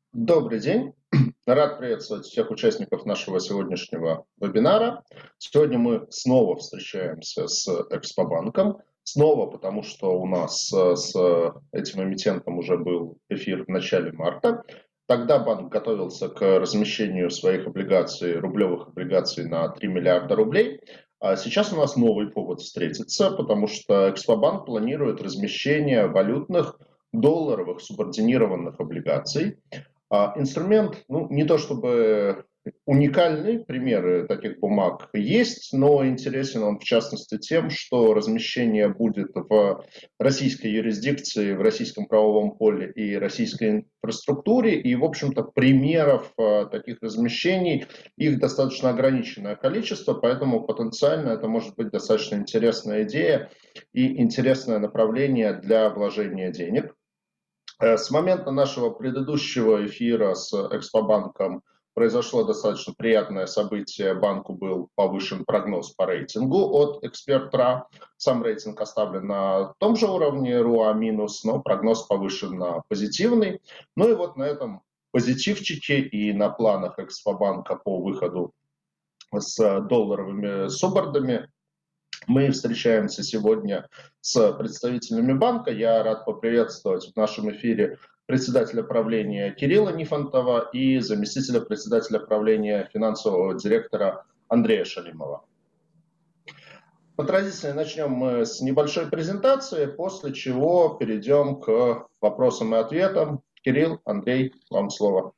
Добрый день. Рад приветствовать всех участников нашего сегодняшнего вебинара. Сегодня мы снова встречаемся с Экспобанком. Снова, потому что у нас с этим эмитентом уже был эфир в начале марта. Тогда банк готовился к размещению своих облигаций, рублевых облигаций на 3 миллиарда рублей. А сейчас у нас новый повод встретиться, потому что Экспобанк планирует размещение валютных долларовых субординированных облигаций. Инструмент, не то чтобы уникальный, примеры таких бумаг есть, но интересен он в частности тем, что размещение будет в российской юрисдикции, в российском правовом поле и российской инфраструктуре, и, в общем-то, примеров таких размещений, их достаточно ограниченное количество, поэтому потенциально это может быть достаточно интересная идея и интересное направление для вложения денег. С момента нашего предыдущего эфира с Экспобанком произошло достаточно приятное событие. Банку был повышен прогноз по рейтингу от Эксперт.РА. Сам рейтинг оставлен на том же уровне РУА-, но прогноз повышен на позитивный. Ну и вот на этом позитивчике и на планах Экспобанка по выходу с долларовыми субордами мы встречаемся сегодня с представителями банка. Я рад поприветствовать в нашем эфире председателя правления Кирилла Нифонтова и заместителя председателя правления финансового директора Андрея Шалимова. По традиции начнем мы с небольшой презентации, после чего перейдем к вопросам и ответам. Кирилл, Андрей, вам слово.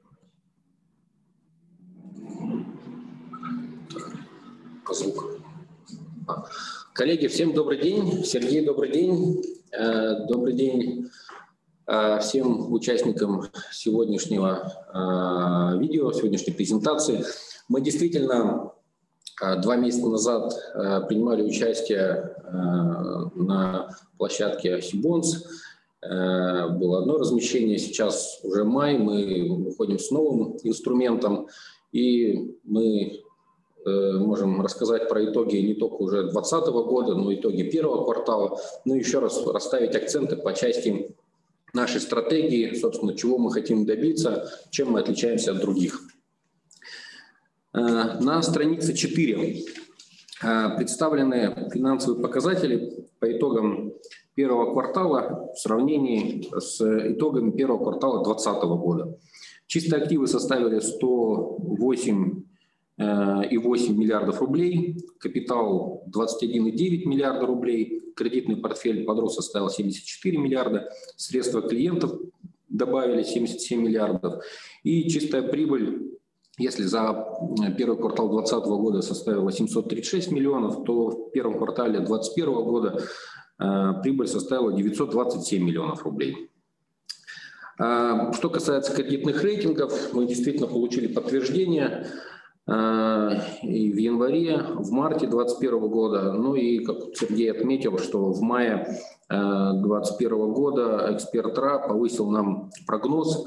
Звук. Коллеги, всем добрый день. Сергей, добрый день. Добрый день всем участникам сегодняшнего видео, сегодняшней презентации. Мы действительно 2 месяца назад принимали участие на площадке Сибонс. Было одно размещение, сейчас уже май, мы выходим с новым инструментом, и мы можем рассказать про итоги не только уже 2020 года, но и итоги первого квартала. Ну, еще раз расставить акценты по части нашей стратегии, собственно, чего мы хотим добиться, чем мы отличаемся от других. На странице 4 представлены финансовые показатели по итогам первого квартала в сравнении с итогами первого квартала 2020 года. Чистые активы составили 108,8 миллиардов рублей, капитал 21,9 миллиарда рублей, кредитный портфель подрос, составил 74 миллиарда, средства клиентов добавили 77 миллиардов, и чистая прибыль, если за первый квартал 2020 года составила 736 миллионов, то в первом квартале 2021 года прибыль составила 927 миллионов рублей. Что касается кредитных рейтингов, мы действительно получили подтверждение и в январе, в марте 2021 года. Ну и, как Сергей отметил, что в мае 2021 года Эксперт.РА повысил нам прогноз.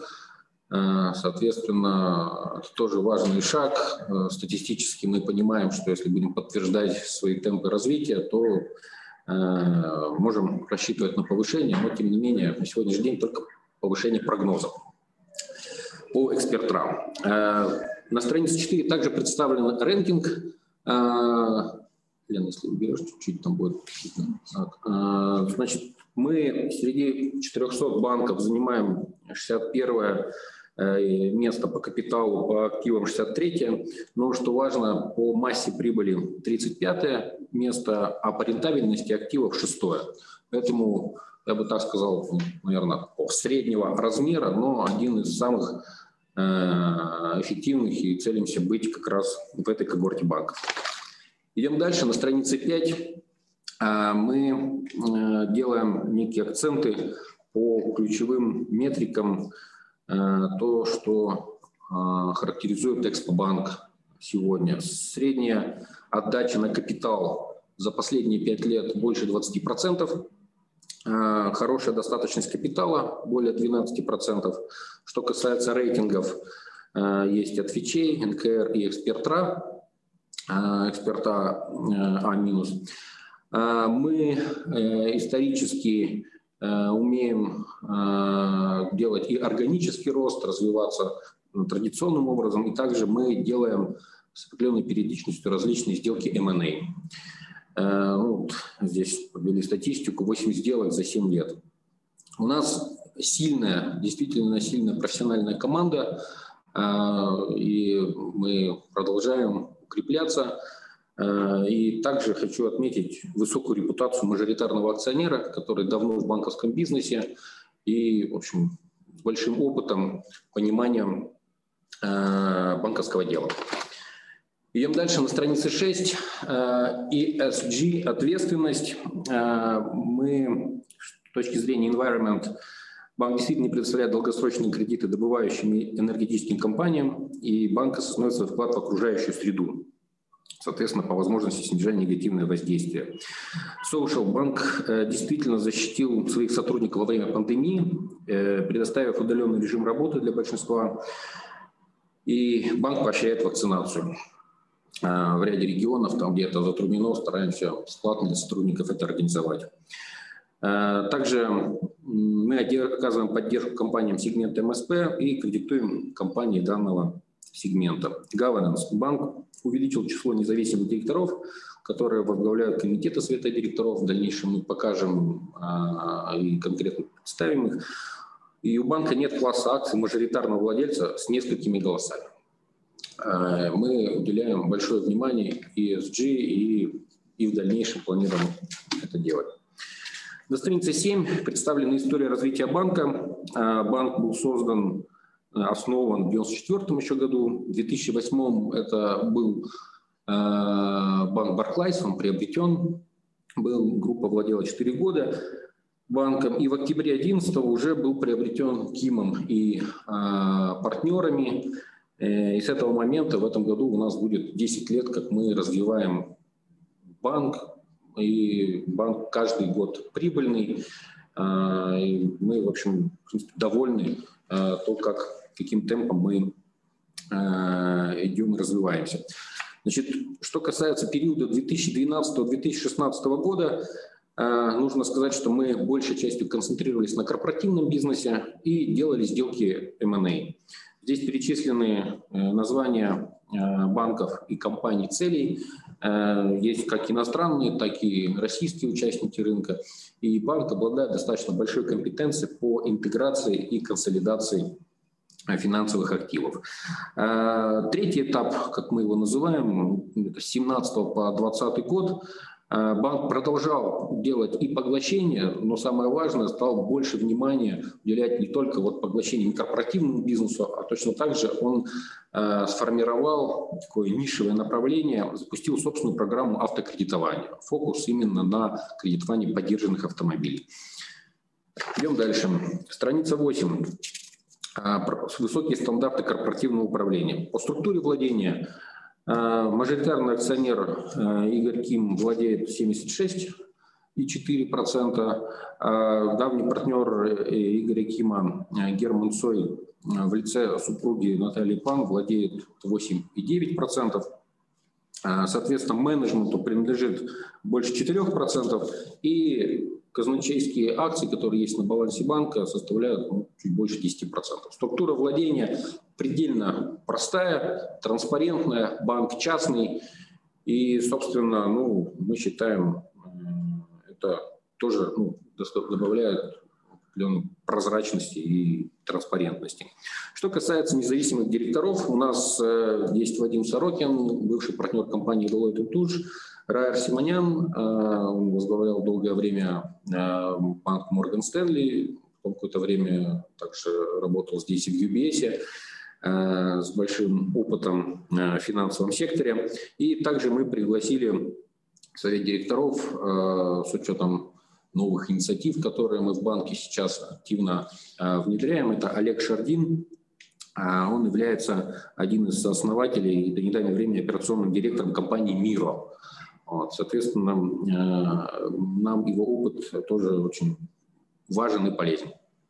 Соответственно, тоже важный шаг. Статистически мы понимаем, что если будем подтверждать свои темпы развития, то можем рассчитывать на повышение, но тем не менее на сегодняшний день только повышение прогнозов по Эксперт.РА. На странице 4 также представлен рэнкинг. Лена, если уберешь чуть-чуть, там будет. Значит, мы среди 400 банков занимаем 61 место по капиталу, по активам 63-е. Но, что важно, по массе прибыли 35 место, а по рентабельности активов 6-е. Поэтому, я бы так сказал, наверное, среднего размера, но один из самых эффективных, и целимся быть как раз в этой когорте банков. Идем дальше. На странице 5 мы делаем некие акценты по ключевым метрикам, то, что характеризует Экспобанк сегодня. Средняя отдача на капитал за последние 5 лет больше 20%. Хорошая достаточность капитала, более 12%. Что касается рейтингов, есть от Fitch, НКР и Эксперт.РА, Эксперт.А-. Мы исторически умеем делать и органический рост, развиваться традиционным образом, и также мы делаем с определенной периодичностью различные сделки M&A. Вот здесь подвели статистику, 8 сделок за 7 лет. У нас сильная, действительно сильная профессиональная команда, и мы продолжаем укрепляться. И также хочу отметить высокую репутацию мажоритарного акционера, который давно в банковском бизнесе и, в общем, с большим опытом, пониманием банковского дела. Идем дальше на странице 6. ESG, ответственность. Мы, с точки зрения environment, банк действительно не предоставляет долгосрочные кредиты добывающим энергетическим компаниям, и банк осознает свой вклад в окружающую среду, соответственно, по возможности снижать негативное воздействие. Social банк действительно защитил своих сотрудников во время пандемии, предоставив удаленный режим работы для большинства, и банк поощряет вакцинацию. В ряде регионов, там где это затруднено, стараемся бесплатно для сотрудников это организовать. Также мы оказываем поддержку компаниям сегмента МСП и кредитуем компании данного сегмента. Governance. Банк увеличил число независимых директоров, которые возглавляют комитеты совета директоров. В дальнейшем мы покажем и конкретно представим их. И у банка нет класса акций мажоритарного владельца с несколькими голосами. Мы уделяем большое внимание ESG и в дальнейшем планируем это делать. На странице 7 представлена история развития банка. Банк был основан в 1994 еще году. В 2008 это был банк Barclays, он приобретен, группа владела 4 года банком. И в октябре 2011 уже был приобретен КИМом и партнерами. И с этого момента в этом году у нас будет 10 лет, как мы развиваем банк. И банк каждый год прибыльный. И мы, в общем, довольны то, каким темпом мы идем и развиваемся. Значит, что касается периода 2012-2016 года, нужно сказать, что мы большей частью концентрировались на корпоративном бизнесе и делали сделки M&A. Здесь перечислены названия банков и компаний целей. Есть как иностранные, так и российские участники рынка. И банк обладает достаточно большой компетенцией по интеграции и консолидации финансовых активов. Третий этап, как мы его называем, с 2017 по 2020 год, банк продолжал делать и поглощения, но самое важное, стал больше внимания уделять не только поглощению корпоративному бизнесу, а точно так же он сформировал такое нишевое направление, запустил собственную программу автокредитования. Фокус именно на кредитовании подержанных автомобилей. Идем дальше. Страница 8. Высокие стандарты корпоративного управления. По структуре владения мажоритарный акционер Игорь Ким владеет 76,4%. Давний партнер Игоря Кима Герман Цой в лице супруги Натальи Пан владеет 8,9%. Соответственно, менеджменту принадлежит больше 4%. И казначейские акции, которые есть на балансе банка, составляют чуть больше 10%. Структура владения предельно простая, транспарентная, банк частный. И, собственно, мы считаем, это тоже добавляет определенной прозрачности и транспарентности. Что касается независимых директоров, у нас есть Вадим Сорокин, бывший партнер компании Deloitte & Touche, Райер Симонян, он возглавлял долгое время банк Morgan Stanley, какое-то время также работал здесь и в UBS, с большим опытом в финансовом секторе. И также мы пригласили в совет директоров с учетом новых инициатив, которые мы в банке сейчас активно внедряем. Это Олег Шардин. Он является одним из основателей и до недавнего времени операционным директором компании «Миро». Соответственно, нам его опыт тоже очень важен и полезен.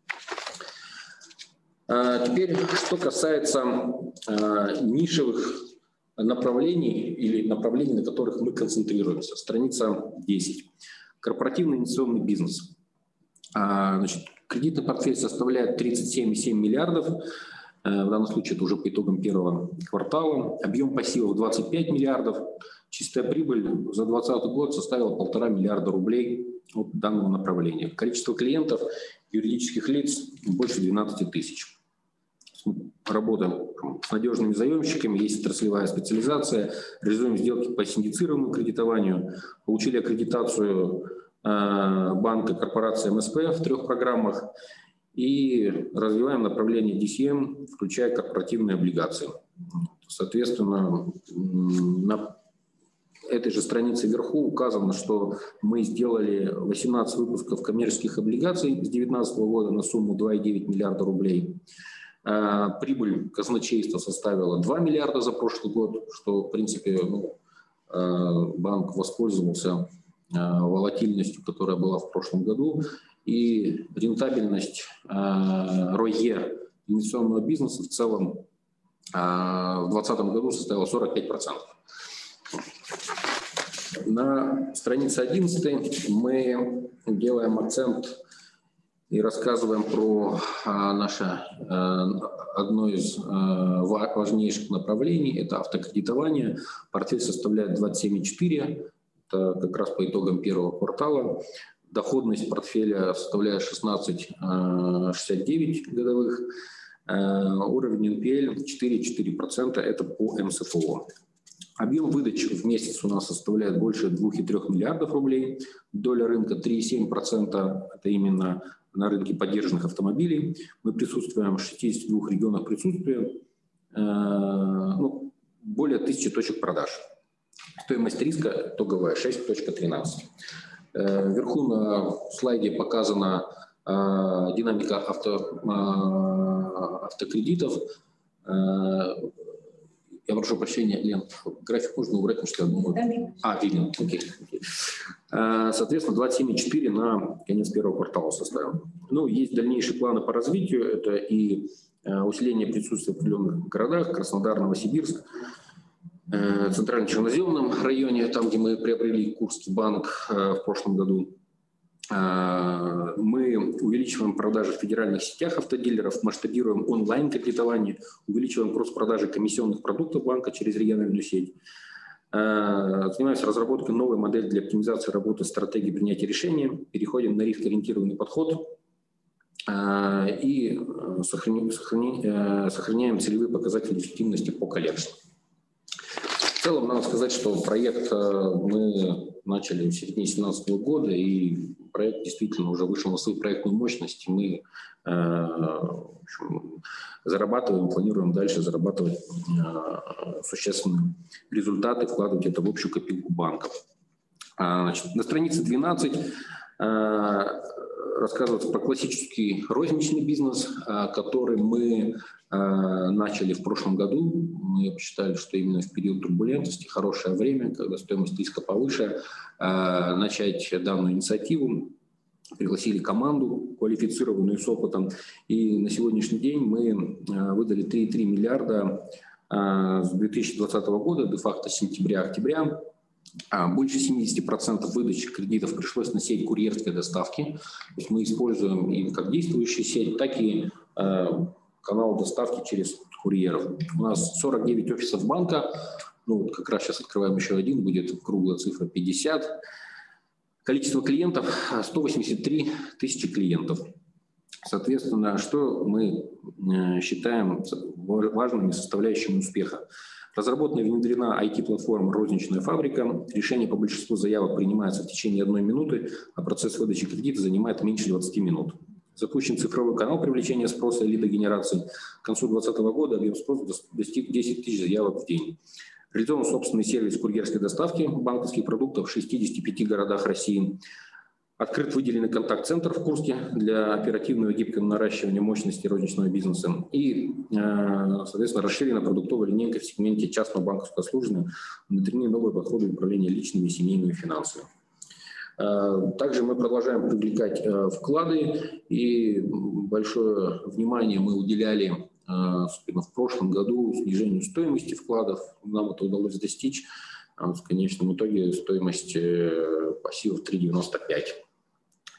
Теперь, что касается нишевых направлений или направлений, на которых мы концентрируемся. Страница 10. Корпоративный инвестиционный бизнес. Значит, кредитный портфель составляет 37,7 миллиардов. В данном случае это уже по итогам первого квартала. Объем пассивов 25 миллиардов. Чистая прибыль за 2020 год составила 1,5 миллиарда рублей от данного направления. Количество клиентов юридических лиц больше 12 тысяч. Работаем с надежными заемщиками, есть отраслевая специализация, реализуем сделки по синдицированному кредитованию, получили аккредитацию банка корпорации МСП в 3 программах и развиваем направление DCM, включая корпоративные облигации. Соответственно, на этой же странице вверху указано, что мы сделали 18 выпусков коммерческих облигаций с 2019 года на сумму 2,9 миллиарда рублей. Прибыль казначейства составила 2 миллиарда за прошлый год, что, в принципе, банк воспользовался волатильностью, которая была в прошлом году, и рентабельность РОЕ инвестиционного бизнеса в целом в 2020 году составила 45%. На странице 11 мы делаем акцент и рассказываем про наше одно из важнейших направлений – это автокредитование. Портфель составляет 27,4, это как раз по итогам первого квартала. Доходность портфеля составляет 16,69 годовых. Уровень NPL 4,4%, это по МСФО. Объем выдач в месяц у нас составляет больше 2,3 миллиардов рублей. Доля рынка 3,7%, это именно на рынке поддержанных автомобилей. Мы присутствуем в 62 регионах присутствия, более 1000 точек продаж. Стоимость риска итоговая 6,13. Вверху на слайде показана динамика автокредитов. Я прошу прощения, Лен, график можно убрать, потому что я думаю... видно, окей. Соответственно, 27,4 на конец первого квартала составим. Есть дальнейшие планы по развитию. Это и усиление присутствия в определенных городах, Краснодар, Новосибирск, Центрально-Черноземном районе, там, где мы приобрели Курский банк в прошлом году. Мы увеличиваем продажи в федеральных сетях автодилеров, масштабируем онлайн-кредитование, увеличиваем кросс-продажи комиссионных продуктов банка через региональную сеть. Занимаемся разработкой новой модели для оптимизации работы стратегии принятия решений, переходим на риск-ориентированный подход и сохраняем целевые показатели эффективности по коллекции. В целом, надо сказать, что проект мы начали в середине 2017 года, и проект действительно уже вышел на свою проектную мощность. Мы зарабатываем, планируем дальше зарабатывать существенные результаты, вкладывать это в общую копилку банков. На странице 12 рассказывается про классический розничный бизнес, который мы начали в прошлом году. Мы посчитали, что именно в период турбулентности, хорошее время, когда стоимость риска повыше, начать данную инициативу. Пригласили команду, квалифицированную с опытом. И на сегодняшний день мы выдали 3,3 миллиарда с 2020 года, де-факто с сентября-октября. Больше 70% выдачи кредитов пришлось на сеть курьерской доставки. То есть мы используем и как действующую сеть, так и канал доставки через курьеров. У нас 49 офисов банка. Как раз сейчас открываем еще один, будет круглая цифра 50. Количество клиентов 183 тысячи клиентов. Соответственно, что мы считаем важными составляющими успеха? Разработана и внедрена IT-платформа «Розничная фабрика». Решение по большинству заявок принимается в течение 1 минуты, а процесс выдачи кредита занимает меньше 20 минут. Запущен цифровой канал привлечения спроса и лидогенерации. К концу 2020 года объем спроса достиг 10 тысяч заявок в день. Реализован собственный сервис курьерской доставки банковских продуктов в 65 городах России. Открыт выделенный контакт-центр в Курске для оперативного и гибкого наращивания мощности розничного бизнеса. И, соответственно, расширена продуктовая линейка в сегменте частного банковского обслуживания, внутренние новые подходы управления личными, семейными финансами. Также мы продолжаем привлекать вклады, и большое внимание мы уделяли в прошлом году снижению стоимости вкладов. Нам это удалось достичь. В конечном итоге стоимость пассивов 3,95.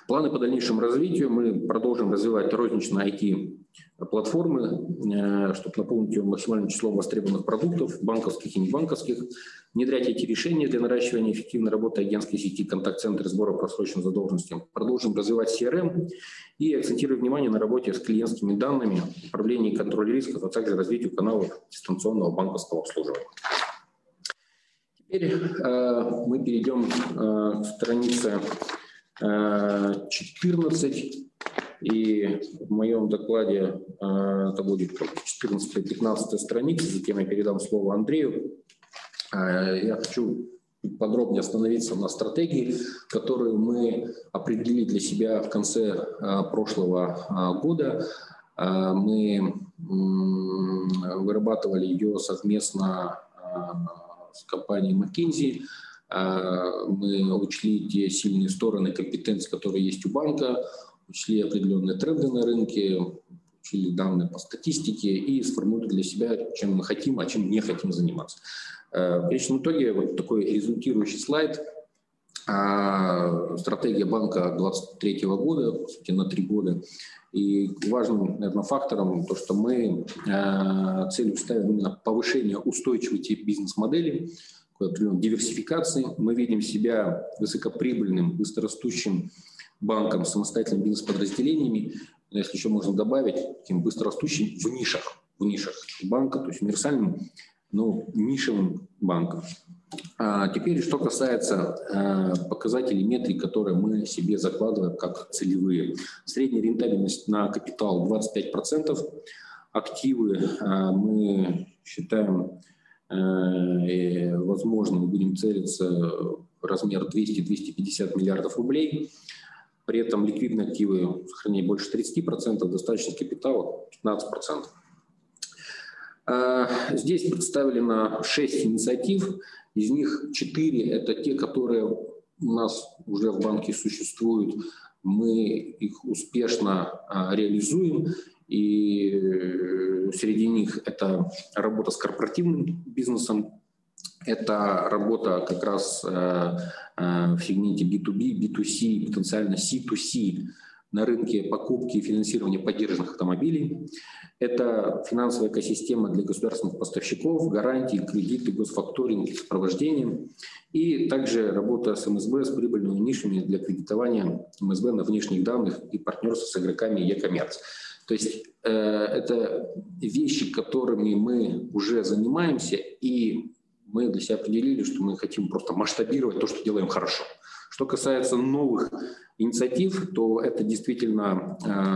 Планы по дальнейшему развитию. Мы продолжим развивать розничные IT-платформы, чтобы наполнить ее максимальным числом востребованных продуктов, банковских и небанковских, внедрять эти решения для наращивания эффективной работы агентской сети, контакт-центра сбора просроченной задолженности. Продолжим развивать CRM и акцентируем внимание на работе с клиентскими данными, управлении и контроле рисков, а также развитию каналов дистанционного банковского обслуживания. Теперь мы перейдем к странице 14, и в моем докладе это будет 14-15 страница, затем я передам слово Андрею. Я хочу подробнее остановиться на стратегии, которую мы определили для себя в конце прошлого года. Мы вырабатывали ее совместно с компанией McKinsey. Мы учли те сильные стороны компетенций, которые есть у банка, учли определенные тренды на рынке, учли данные по статистике и сформулировали для себя, чем мы хотим, а чем не хотим заниматься. В конечном итоге вот такой результирующий слайд. Стратегия банка 2023 года, по сути, на 3 года. И важным, наверное, фактором то, что мы целью ставим именно повышение устойчивости бизнес-модели, диверсификации. Мы видим себя высокоприбыльным, быстрорастущим банком с самостоятельными бизнес-подразделениями, но если еще можно добавить, таким быстрорастущим в нишах банка, то есть универсальным, но нишевым банком. Теперь, что касается показателей метрик, которые мы себе закладываем как целевые. Средняя рентабельность на капитал 25%. Активы мы считаем возможно, мы будем целиться в размер 200-250 миллиардов рублей. При этом ликвидные активы сохранять больше 30%, достаточно капитала 15%. Здесь представлено 6 инициатив. Из них 4 – это те, которые у нас уже в банке существуют. Мы их успешно реализуем. И среди них это работа с корпоративным бизнесом, это работа как раз в сегменте B2B, B2C, потенциально C2C на рынке покупки и финансирования поддержанных автомобилей. Это финансовая экосистема для государственных поставщиков, гарантии, кредиты, госфакторинг и сопровождение. И также работа с МСБ с прибыльными нишами для кредитования МСБ на внешних данных и партнерство с игроками e-commerce. То есть это вещи, которыми мы уже занимаемся, и мы для себя определили, что мы хотим просто масштабировать то, что делаем хорошо. Что касается новых инициатив, то это действительно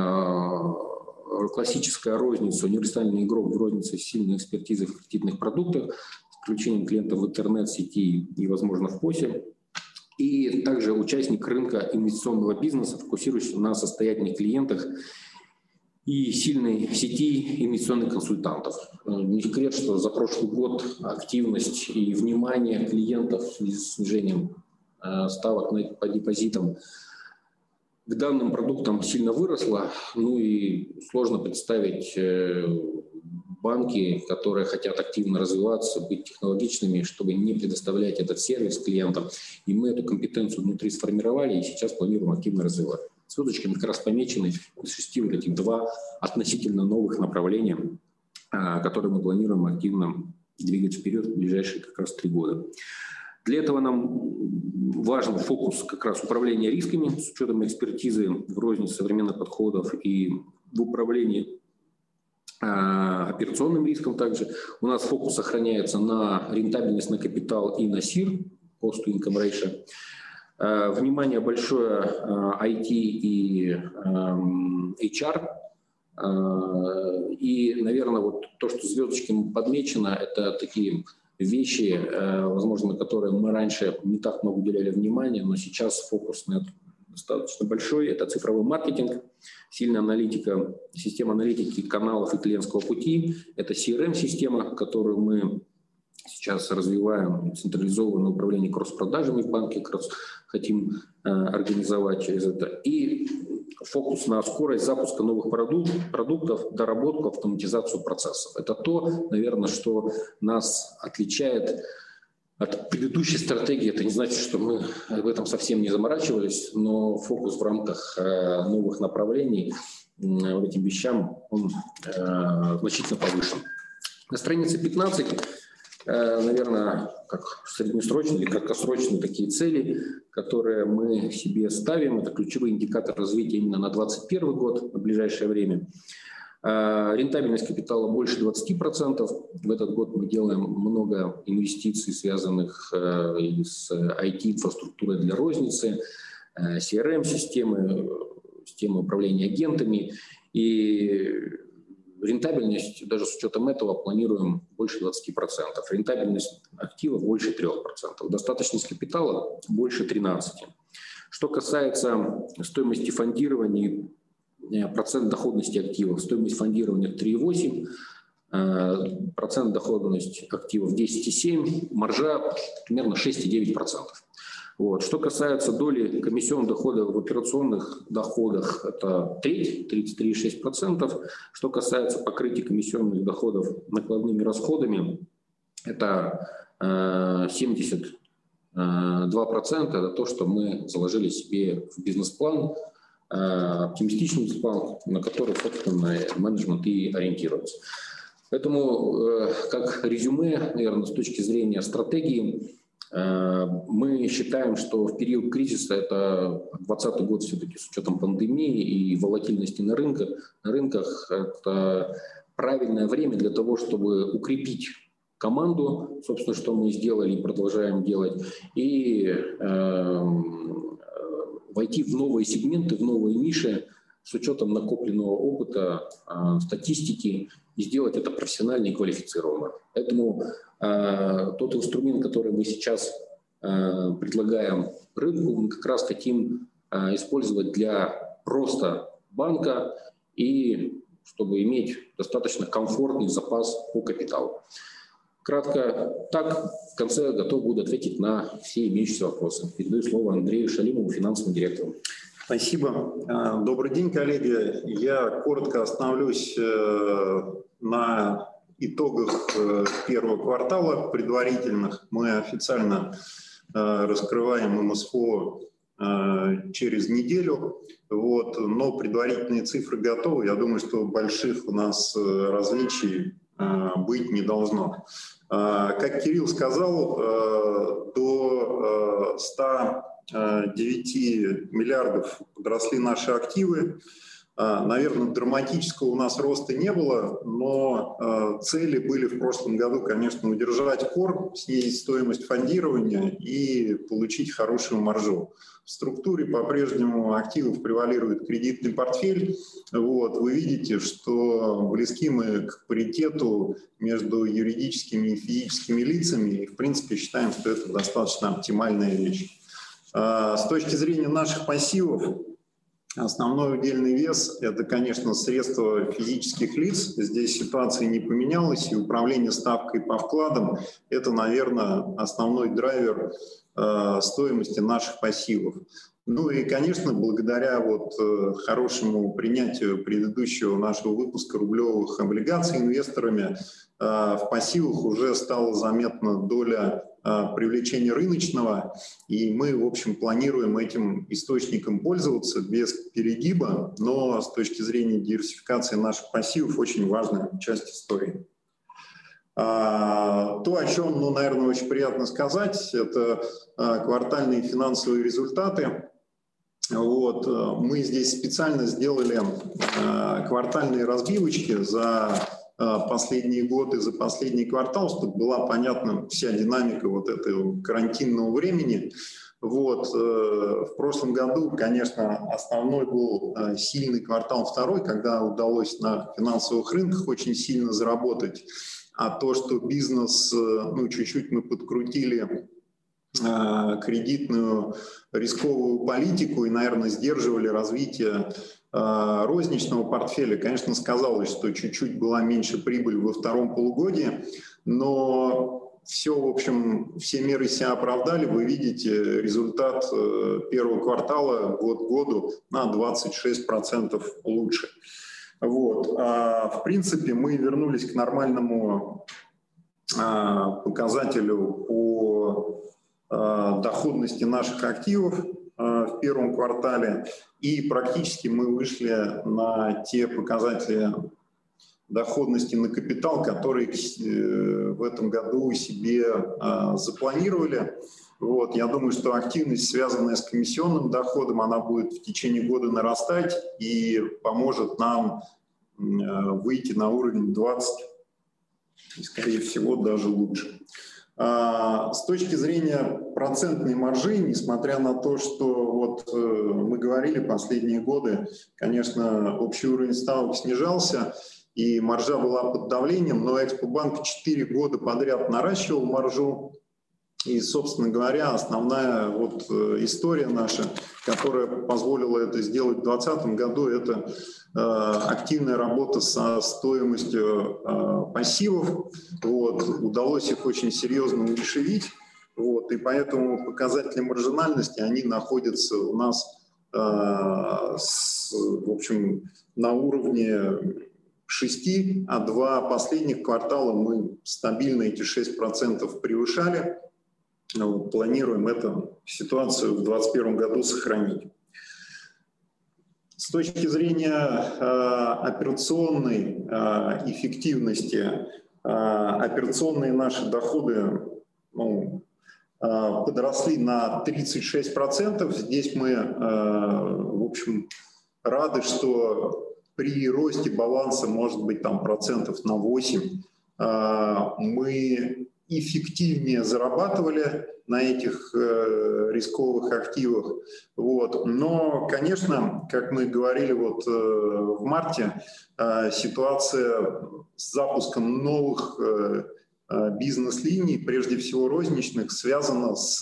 классическая розница, универсальный игрок в рознице с сильной экспертизой в кредитных продуктах, с включением клиентов в интернет-сети и, возможно, в ПОСе. И также участник рынка инвестиционного бизнеса, фокусирующийся на состоятельных клиентах и сильной сети инвестиционных консультантов. Не секрет, что за прошлый год активность и внимание клиентов в связи с снижением ставок по депозитам к данным продуктам сильно выросла. Ну и сложно представить банки, которые хотят активно развиваться, быть технологичными, чтобы не предоставлять этот сервис клиентам. И мы эту компетенцию внутри сформировали и сейчас планируем активно развивать. Ссылочками как раз помечены из 6 вот этих 2 относительно новых направления, которые мы планируем активно двигать вперед в ближайшие как раз 3 года. Для этого нам важен фокус как раз управления рисками с учетом экспертизы в рознице современных подходов и в управлении операционным риском также. У нас фокус сохраняется на рентабельность на капитал и на СИР, Cost to Income Ratio. Внимание большое IT и HR. И, наверное, вот то, что звездочками подмечено, это такие вещи, возможно, на которые мы раньше не так много уделяли внимания, но сейчас фокус на это достаточно большой. Это цифровой маркетинг, сильная аналитика, система аналитики каналов и клиентского пути. Это CRM-система, которую мы сейчас развиваем, централизованное управление кросс-продажами в банке, как раз хотим организовать через это. И фокус на скорость запуска новых продуктов, доработку, автоматизацию процессов. Это то, наверное, что нас отличает от предыдущей стратегии. Это не значит, что мы в этом совсем не заморачивались, но фокус в рамках новых направлений вот этим вещам он значительно повышен. На странице 15, наверное, как среднесрочные или краткосрочные такие цели, которые мы себе ставим. Это ключевые индикаторы развития именно на 2021 год, на ближайшее время. Рентабельность капитала больше 20%. В этот год мы делаем много инвестиций, связанных и с IT-инфраструктурой для розницы, CRM-системы, системы управления агентами. И рентабельность, даже с учетом этого, планируем больше 20%. Рентабельность активов больше 3%. Достаточность капитала больше 13%. Что касается стоимости фондирования, процент доходности активов, стоимость фондирования 3,8%, процент доходности активов 10,7%, маржа примерно 6,9%. Вот. Что касается доли комиссионных доходов в операционных доходах, это треть, 33,6%. Что касается покрытия комиссионных доходов накладными расходами, это 72%. Это то, что мы заложили себе в бизнес-план, оптимистичный бизнес-план, на который, собственно, менеджмент и ориентируется. Поэтому, как резюме, наверное, с точки зрения стратегии, мы считаем, что в период кризиса, это 2020 год все-таки с учетом пандемии и волатильности на рынках, это правильное время для того, чтобы укрепить команду, собственно, что мы сделали и продолжаем делать, и войти в новые сегменты, в новые ниши с учетом накопленного опыта, статистики, и сделать это профессионально и квалифицированно. Поэтому тот инструмент, который мы сейчас предлагаем рынку, мы как раз хотим использовать для просто банка и чтобы иметь достаточно комфортный запас по капиталу. Кратко так, в конце готов буду ответить на все имеющиеся вопросы. Передаю слово Андрею Шалимову, финансовому директору. Спасибо. Добрый день, коллеги. Я коротко остановлюсь на итогах первого квартала предварительных. Мы официально раскрываем МСФО через неделю, но предварительные цифры готовы. Я думаю, что больших у нас различий быть не должно. Как Кирилл сказал, до 109 миллиардов подросли наши активы. Наверное, драматического у нас роста не было, но цели были в прошлом году, конечно, удержать кор, снизить стоимость фондирования и получить хорошую маржу. В структуре по-прежнему активов превалирует кредитный портфель. Вы видите, что близки мы к паритету между юридическими и физическими лицами, и, в принципе, считаем, что это достаточно оптимальная вещь. С точки зрения наших пассивов, основной удельный вес – это, конечно, средства физических лиц. Здесь ситуация не поменялась, и управление ставкой по вкладам – это, наверное, основной драйвер стоимости наших пассивов. И, конечно, благодаря хорошему принятию предыдущего нашего выпуска рублевых облигаций инвесторами, в пассивах уже стала заметна доля привлечения рыночного, и мы, в общем, планируем этим источником пользоваться без перегиба, но с точки зрения диверсификации наших пассивов очень важная часть истории. То, о чем, наверное, очень приятно сказать, это квартальные финансовые результаты. Мы здесь специально сделали квартальные разбивочки за последние годы, за последний квартал, чтобы была понятна вся динамика этого карантинного времени. В прошлом году, конечно, основной был сильный квартал второй, когда удалось на финансовых рынках очень сильно заработать. А то, что бизнес, чуть-чуть мы подкрутили кредитную рисковую политику и, наверное, сдерживали развитие розничного портфеля, конечно, сказалось, что чуть-чуть была меньше прибыль во втором полугодии, но все, в общем, все меры себя оправдали. Вы видите результат первого квартала год к году на 26% лучше. В принципе, мы вернулись к нормальному показателю по по доходности наших активов в первом квартале, и практически мы вышли на те показатели доходности на капитал, которые в этом году себе запланировали. Вот. Я думаю, что активность, связанная с комиссионным доходом, она будет в течение года нарастать и поможет нам выйти на уровень 20, и, скорее всего, даже лучше. С точки зрения процентной маржи, несмотря на то, что вот мы говорили последние годы, конечно, общий уровень ставок снижался, и маржа была под давлением, но Экспобанк 4 года подряд наращивал маржу. И, собственно говоря, основная вот история наша, которая позволила это сделать в 2020 году, это активная работа со стоимостью пассивов. Вот. Удалось их очень серьезно удешевить. Вот. И поэтому показатели маржинальности, они находятся у нас в общем, на уровне 6, а 2 последних квартала мы стабильно эти 6% превышали. Вот, планируем эту ситуацию в 2021 году сохранить. С точки зрения операционной эффективности, операционные наши доходы подросли на 36%. Здесь мы, в общем, рады, что при росте баланса, может быть, там процентов на 8, мы эффективнее зарабатывали на этих рисковых активах. Вот. Но, конечно, как мы говорили вот, в марте, ситуация с запуском новых бизнес-линий, прежде всего розничных, связана с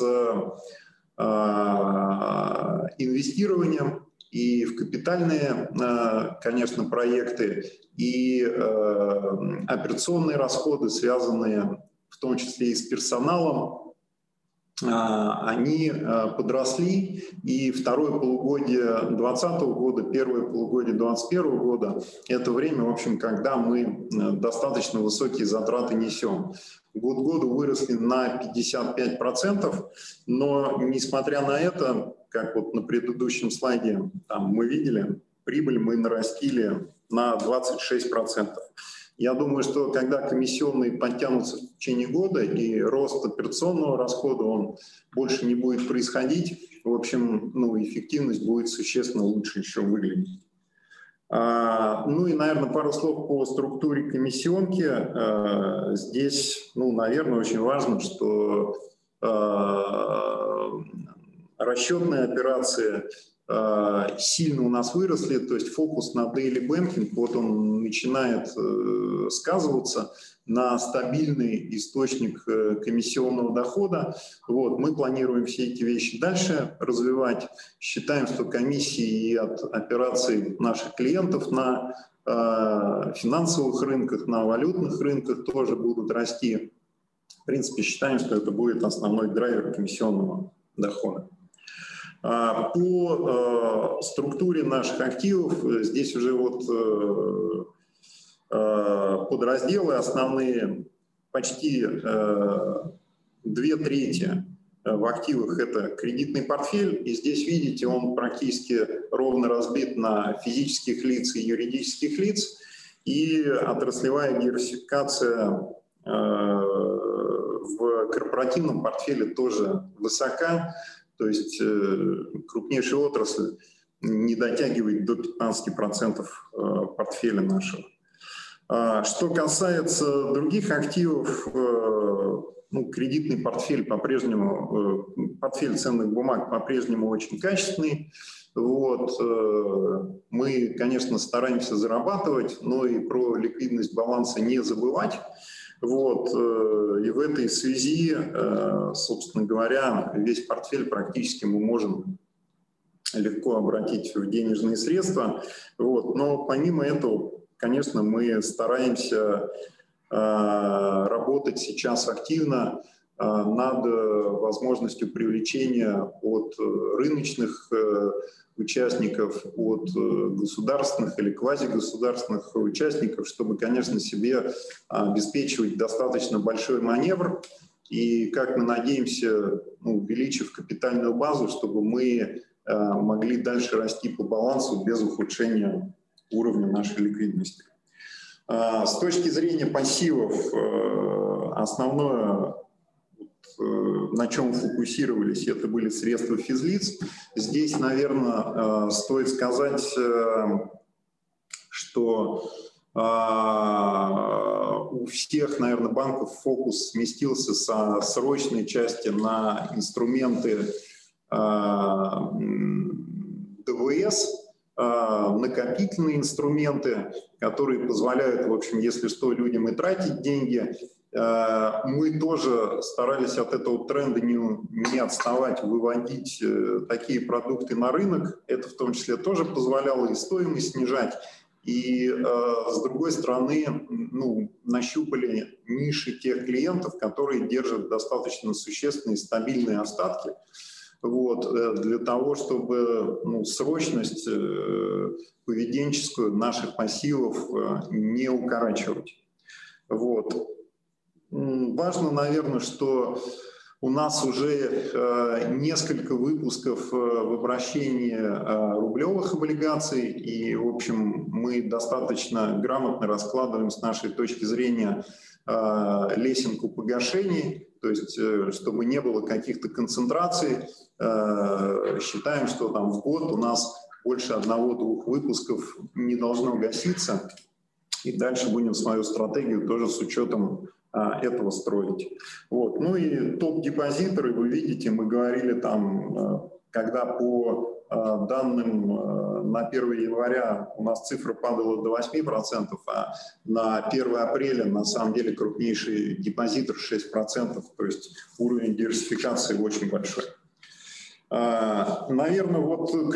инвестированием и в капитальные, конечно, проекты, и операционные расходы, связанные в том числе и с персоналом, они подросли, и второе полугодие 2020 года, первое полугодие 2021 года – это время, в общем, когда мы достаточно высокие затраты несем. Год к году выросли на 55%, но, несмотря на это, как вот на предыдущем слайде там мы видели, прибыль мы нарастили на 26%. Я думаю, что когда комиссионные подтянутся в течение года и рост операционного расхода, он больше не будет происходить, в общем, эффективность будет существенно лучше еще выглядеть. Ну и, наверное, пару слов по структуре комиссионки. Здесь, наверное, очень важно, что расчетные операции сильно у нас выросли, то есть фокус на daily banking, вот он начинает сказываться на стабильный источник комиссионного дохода. Вот, мы планируем все эти вещи дальше развивать. Считаем, что комиссии и от операций наших клиентов на финансовых рынках, на валютных рынках тоже будут расти. В принципе, считаем, что это будет основной драйвер комиссионного дохода. По структуре наших активов здесь уже вот подразделы основные, почти 2/3 в активах это кредитный портфель, и здесь видите, он практически ровно разбит на физических лиц и юридических лиц, и отраслевая диверсификация в корпоративном портфеле тоже высока. То есть крупнейшая отрасль не дотягивает до 15% портфеля нашего. Что касается других активов, кредитный портфель по-прежнему, портфель ценных бумаг по-прежнему очень качественный. Вот. Мы, конечно, стараемся зарабатывать, но и про ликвидность баланса не забывать. Вот. И в этой связи, собственно говоря, весь портфель практически мы можем легко обратить в денежные средства. Вот. Но помимо этого, конечно, мы стараемся работать сейчас активно над возможностью привлечения от рыночных участников, от государственных или квазигосударственных участников, чтобы, конечно, себе обеспечивать достаточно большой маневр и, как мы надеемся, увеличив капитальную базу, чтобы мы могли дальше расти по балансу без ухудшения уровня нашей ликвидности. С точки зрения пассивов, основное, на чем фокусировались, это были средства физлиц. Здесь, наверное, стоит сказать, что у всех, наверное, банков фокус сместился со срочной части на инструменты ДВС, накопительные инструменты, которые позволяют, в общем, если что, людям и тратить деньги. Мы тоже старались от этого тренда не отставать, выводить такие продукты на рынок. Это в том числе тоже позволяло и стоимость снижать. И с другой стороны, нащупали ниши тех клиентов, которые держат достаточно существенные стабильные остатки. Для того, чтобы срочность поведенческую наших пассивов не укорачивать. Важно, наверное, что у нас уже несколько выпусков в обращении рублевых облигаций, и, в общем, мы достаточно грамотно раскладываем с нашей точки зрения лесенку погашений, то есть чтобы не было каких-то концентраций. Считаем, что там в год у нас больше 1-2 выпусков не должно гаситься, и дальше будем свою стратегию тоже с учетом этого строить. И топ-депозиторы, вы видите, мы говорили там, когда по данным на 1 января у нас цифра падала до 8%, а на 1 апреля на самом деле крупнейший депозитор 6%, то есть уровень диверсификации очень большой. Наверное,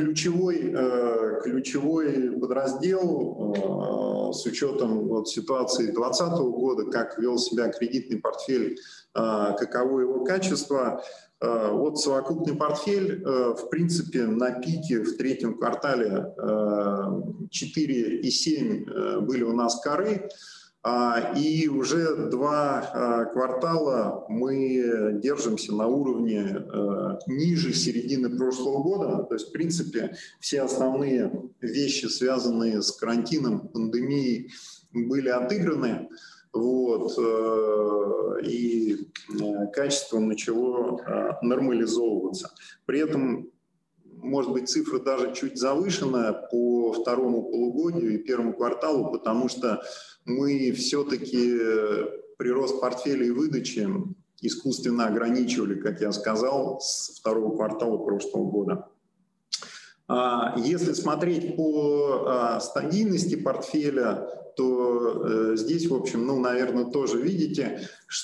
ключевой подраздел с учетом ситуации 2020 года, как вел себя кредитный портфель, каково его качество. Совокупный портфель, в принципе, на пике в 3-м квартале 4,7 были у нас коры. И уже 2 квартала мы держимся на уровне ниже середины прошлого года. То есть, в принципе, все основные вещи, связанные с карантином, пандемией, были отыграны. И качество начало нормализовываться. При этом, может быть, цифра даже чуть завышенная по 2-му полугодию и 1-му кварталу, потому что мы все-таки прирост портфелей и выдачи искусственно ограничивали, как я сказал, с 2-го квартала прошлого года. Если смотреть по стадийности портфеля, то здесь, в общем, наверное, тоже видите,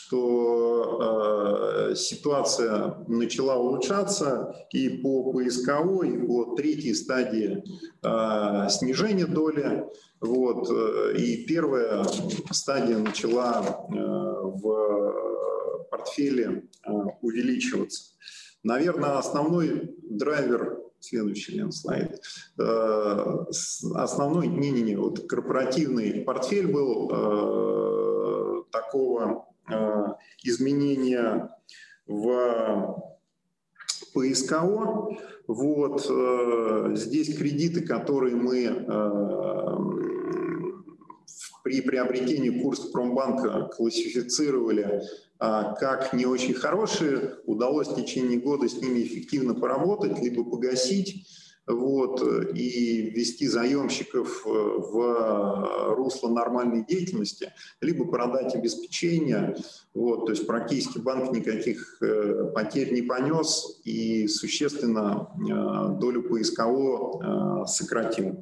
что ситуация начала улучшаться и по ПСКО, и по 3-й стадии снижения доли. И 1-я стадия начала в портфеле увеличиваться. Наверное, основной драйвер, следующий слайд, основной, корпоративный портфель был такого изменения в ПСКО. Здесь кредиты, которые мы при приобретении Курскпромбанка классифицировали как не очень хорошие, удалось в течение года с ними эффективно поработать, либо погасить, и ввести заемщиков в русло нормальной деятельности, либо продать обеспечение. То есть практически банк никаких потерь не понес и существенно долю ПСКО сократил.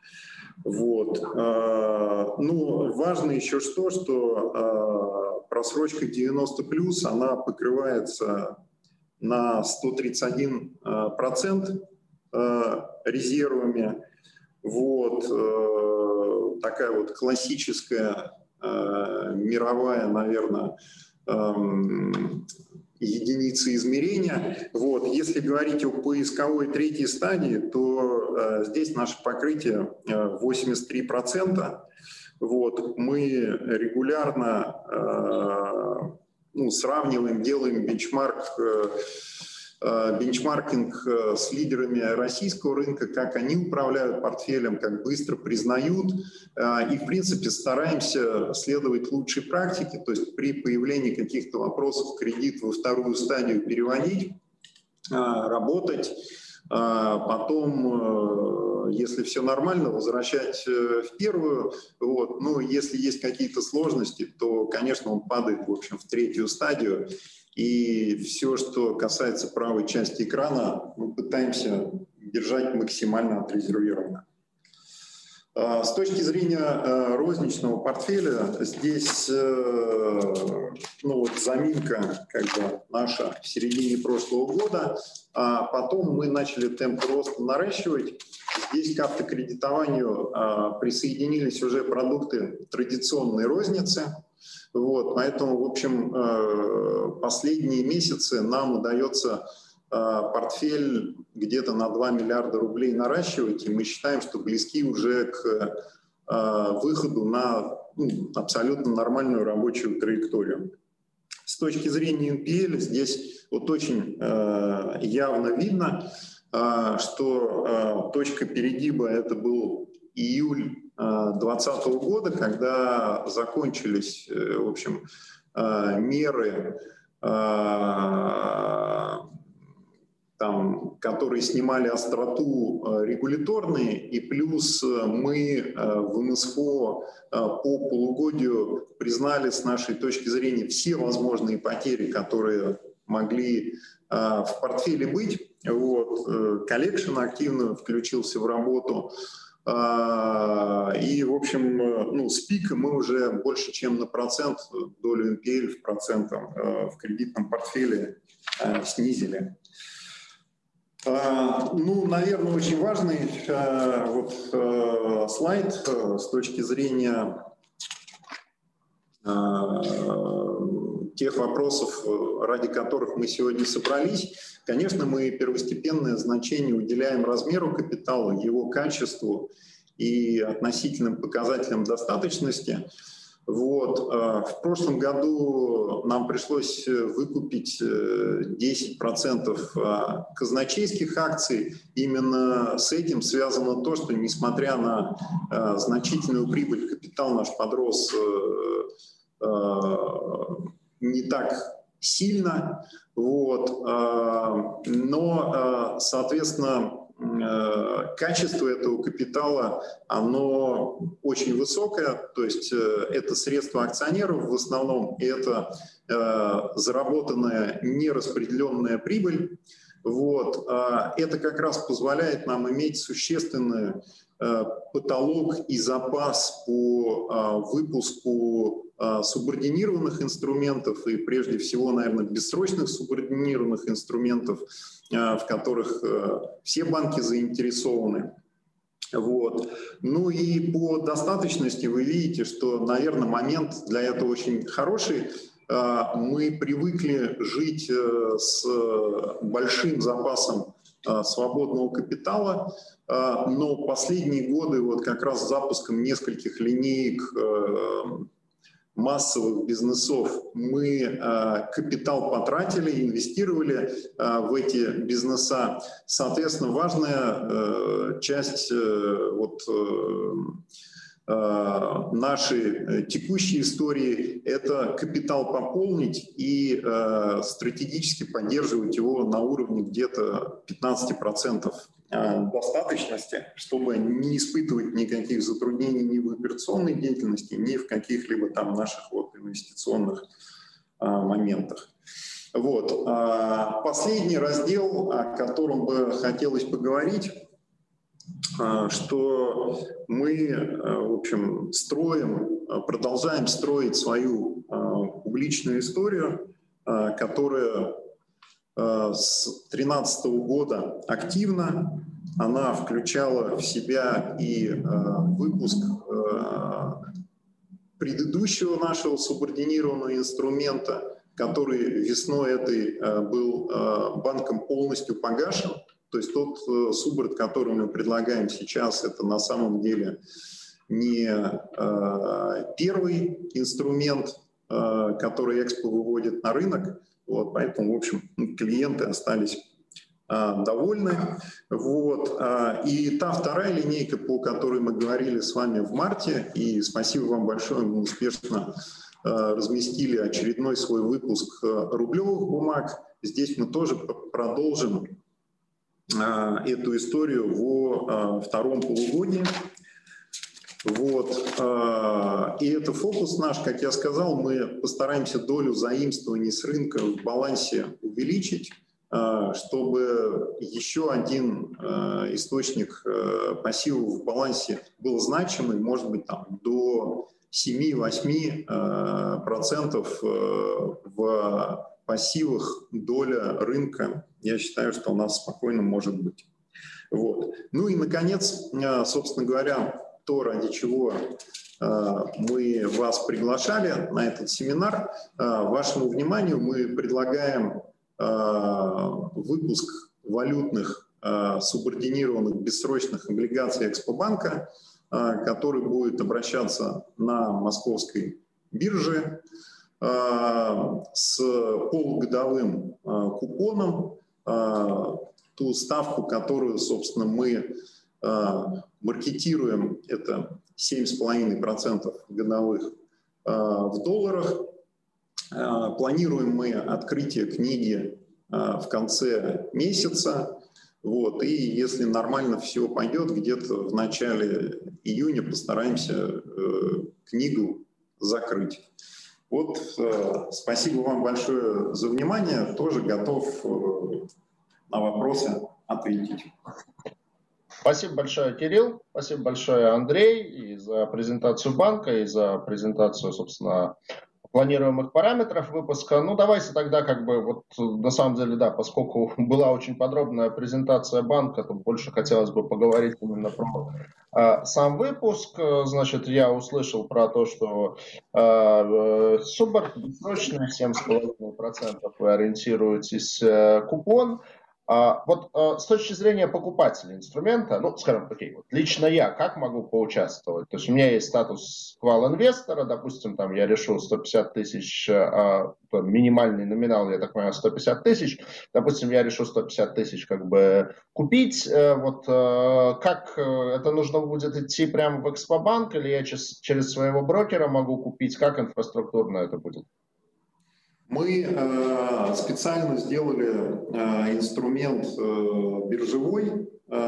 Важно еще что просрочка 90+, она покрывается на 131% резервами. Такая классическая мировая, наверное, единицы измерения. Если говорить о поисковой 3-й стадии, то здесь наше покрытие 83%. Мы регулярно сравниваем, делаем бенчмаркинг с лидерами российского рынка, как они управляют портфелем, как быстро признают. И, в принципе, стараемся следовать лучшей практике, то есть при появлении каких-то вопросов кредит во вторую стадию переводить, работать, потом, если все нормально, возвращать в первую. Вот. Ну, если есть какие-то сложности, то, конечно, он падает, в общем, в третью стадию. И все, что касается правой части экрана, мы пытаемся держать максимально отрезервированно. С точки зрения розничного портфеля, здесь заминка наша в середине прошлого года, а потом мы начали темп роста наращивать. Здесь к автокредитованию присоединились уже продукты традиционной розницы. Вот, поэтому, в общем, последние месяцы нам удается портфель где-то на 2 миллиарда рублей наращивать, и мы считаем, что близки уже к выходу на абсолютно нормальную рабочую траекторию. С точки зрения NPL здесь вот очень явно видно, что точка перегиба это был июль 2020 года, когда закончились, в общем, меры, которые снимали остроту регуляторные, и плюс мы в МСФО по полугодию признали с нашей точки зрения все возможные потери, которые могли в портфеле быть. Вот. Коллекшн активно включился в работу. И, в общем, с пика мы уже больше, чем на процент долю NPL в процентах в кредитном портфеле снизили. Наверное, очень важный слайд с точки зрения тех вопросов, ради которых мы сегодня собрались. Конечно, мы первостепенное значение уделяем размеру капитала, его качеству и относительным показателям достаточности. Вот. В прошлом году нам пришлось выкупить 10% казначейских акций. Именно с этим связано то, что, несмотря на значительную прибыль, капитал наш подрос не так сильно. Вот. Но, соответственно, качество этого капитала, оно очень высокое, то есть это средства акционеров в основном, и это заработанная нераспределенная прибыль. Вот. Это как раз позволяет нам иметь существенный потолок и запас по выпуску субординированных инструментов и прежде всего, наверное, бессрочных субординированных инструментов, в которых все банки заинтересованы. Вот. Ну и по достаточности вы видите, что, наверное, момент для этого очень хороший. Мы привыкли жить с большим запасом свободного капитала, но последние годы вот как раз с запуском нескольких линеек массовых бизнесов мы капитал потратили, инвестировали в эти бизнеса. Соответственно, важная часть нашей текущей истории – это капитал пополнить и стратегически поддерживать его на уровне где-то 15% достаточности, чтобы не испытывать никаких затруднений ни в операционной деятельности, ни в каких-либо там наших инвестиционных моментах. Вот. Последний раздел, о котором бы хотелось поговорить, что мы, в общем, продолжаем строить свою публичную историю, которая с 2013 года активно. Она включала в себя и выпуск предыдущего нашего субординированного инструмента, который весной этой был банком полностью погашен. То есть тот суборд, который мы предлагаем сейчас, это на самом деле не первый инструмент которые Экспо выводит на рынок. Вот, поэтому, в общем, клиенты остались довольны. Вот. И та вторая линейка, по которой мы говорили с вами в марте, и спасибо вам большое, мы успешно разместили очередной свой выпуск рублевых бумаг. Здесь мы тоже продолжим эту историю во втором полугодии. Вот. И это фокус наш, как я сказал, мы постараемся долю заимствований с рынка в балансе увеличить, чтобы еще один источник пассивов в балансе был значимый, может быть, там, до 7-8% в пассивах доля рынка. Я считаю, что у нас спокойно может быть. Вот. Ну и, наконец, собственно говоря, то, ради чего мы вас приглашали на этот семинар, вашему вниманию мы предлагаем выпуск валютных субординированных бессрочных облигаций Экспобанка, который будет обращаться на московской бирже с полугодовым купоном, ту ставку, которую, собственно, мы маркетируем, это 7,5% годовых в долларах. Планируем мы открытие книги в конце месяца. Вот, и если нормально все пойдет, где-то в начале июня постараемся книгу закрыть. Вот, спасибо вам большое за внимание. Тоже готов на вопросы ответить. Спасибо большое, Кирилл. Спасибо большое, Андрей, и за презентацию банка, и за презентацию, собственно, планируемых параметров выпуска. Ну, давайте тогда вот на самом деле, да, поскольку была очень подробная презентация банка, то больше хотелось бы поговорить именно про сам выпуск. Значит, я услышал про то, что субборд бессрочный, 7,5% вы ориентируетесь купон. С точки зрения покупателя инструмента, скажем, лично я как могу поучаствовать? То есть у меня есть статус квал-инвестора, допустим, там я решу 150 тысяч, минимальный номинал, я так понимаю, 150 тысяч, допустим, я решу 150 тысяч купить, как это нужно будет идти прямо в Экспобанк, или я через своего брокера могу купить, как инфраструктурно это будет? Мы специально сделали инструмент биржевой.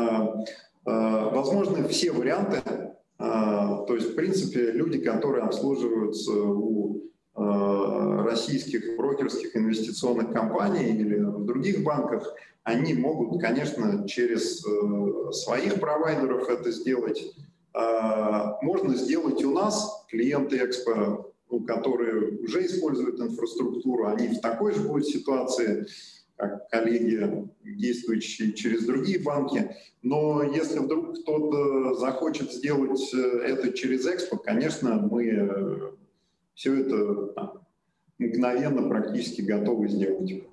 Возможны все варианты. То есть, в принципе, люди, которые обслуживаются у российских брокерских инвестиционных компаний или в других банках, они могут, конечно, через своих провайдеров это сделать. Можно сделать у нас, клиенты Экспо, которые уже используют инфраструктуру, они в такой же будут ситуации, как коллеги, действующие через другие банки. Но если вдруг кто-то захочет сделать это через Экспо, конечно, мы все это мгновенно практически готовы сделать.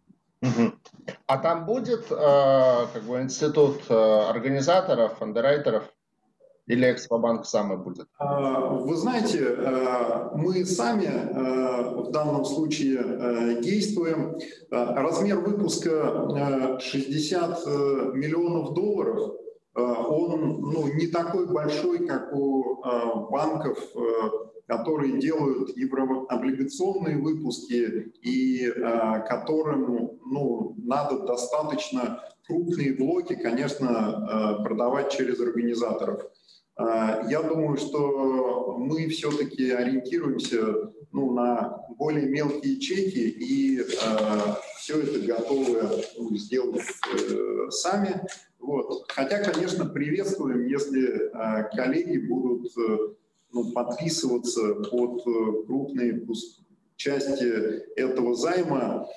А там будет институт организаторов, андеррайтеров? Или Экспобанк сам и будет? Вы знаете, мы сами в данном случае действуем. Размер выпуска 60 миллионов долларов. Он не такой большой, как у банков, которые делают еврооблигационные выпуски и которым надо достаточно крупные блоки, конечно, продавать через организаторов. Я думаю, что мы все-таки ориентируемся на более мелкие чеки и все это готовы сделать сами. Вот. Хотя, конечно, приветствуем, если коллеги будут подписываться под крупные части этого займа.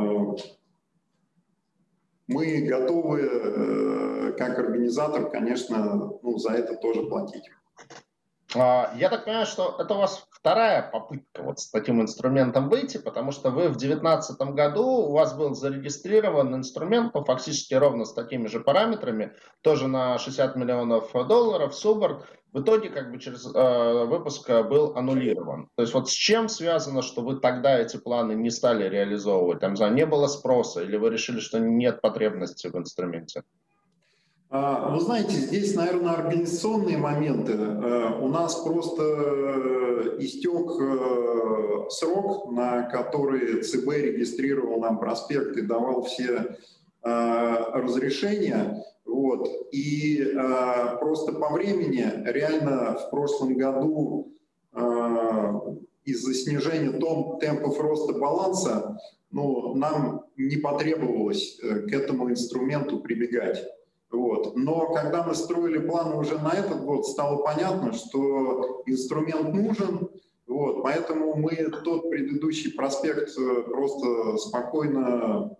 Мы готовы, как организатор, конечно, за это тоже платить. Я так понимаю, что это у вас вторая попытка с таким инструментом выйти, потому что вы в 2019 году, у вас был зарегистрирован инструмент, фактически ровно с такими же параметрами, тоже на 60 миллионов долларов, субборд, в итоге как бы через выпуск был аннулирован. То есть вот с чем связано, что вы тогда эти планы не стали реализовывать? Там, не было спроса или вы решили, что нет потребности в инструменте? Вы знаете, здесь, наверное, организационные моменты. У нас просто истек срок, на который ЦБ регистрировал нам проспект и давал все разрешения. Вот. И просто по времени реально в прошлом году из-за снижения темпов роста баланса нам не потребовалось к этому инструменту прибегать. Вот. Но когда мы строили планы уже на этот год, стало понятно, что инструмент нужен. Вот. Поэтому мы тот предыдущий проспект просто спокойно,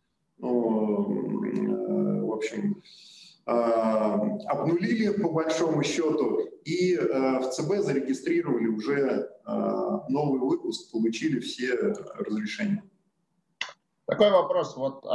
в общем, обнулили по большому счету и в ЦБ зарегистрировали уже новый выпуск, получили все разрешения. Такой вопрос. Вот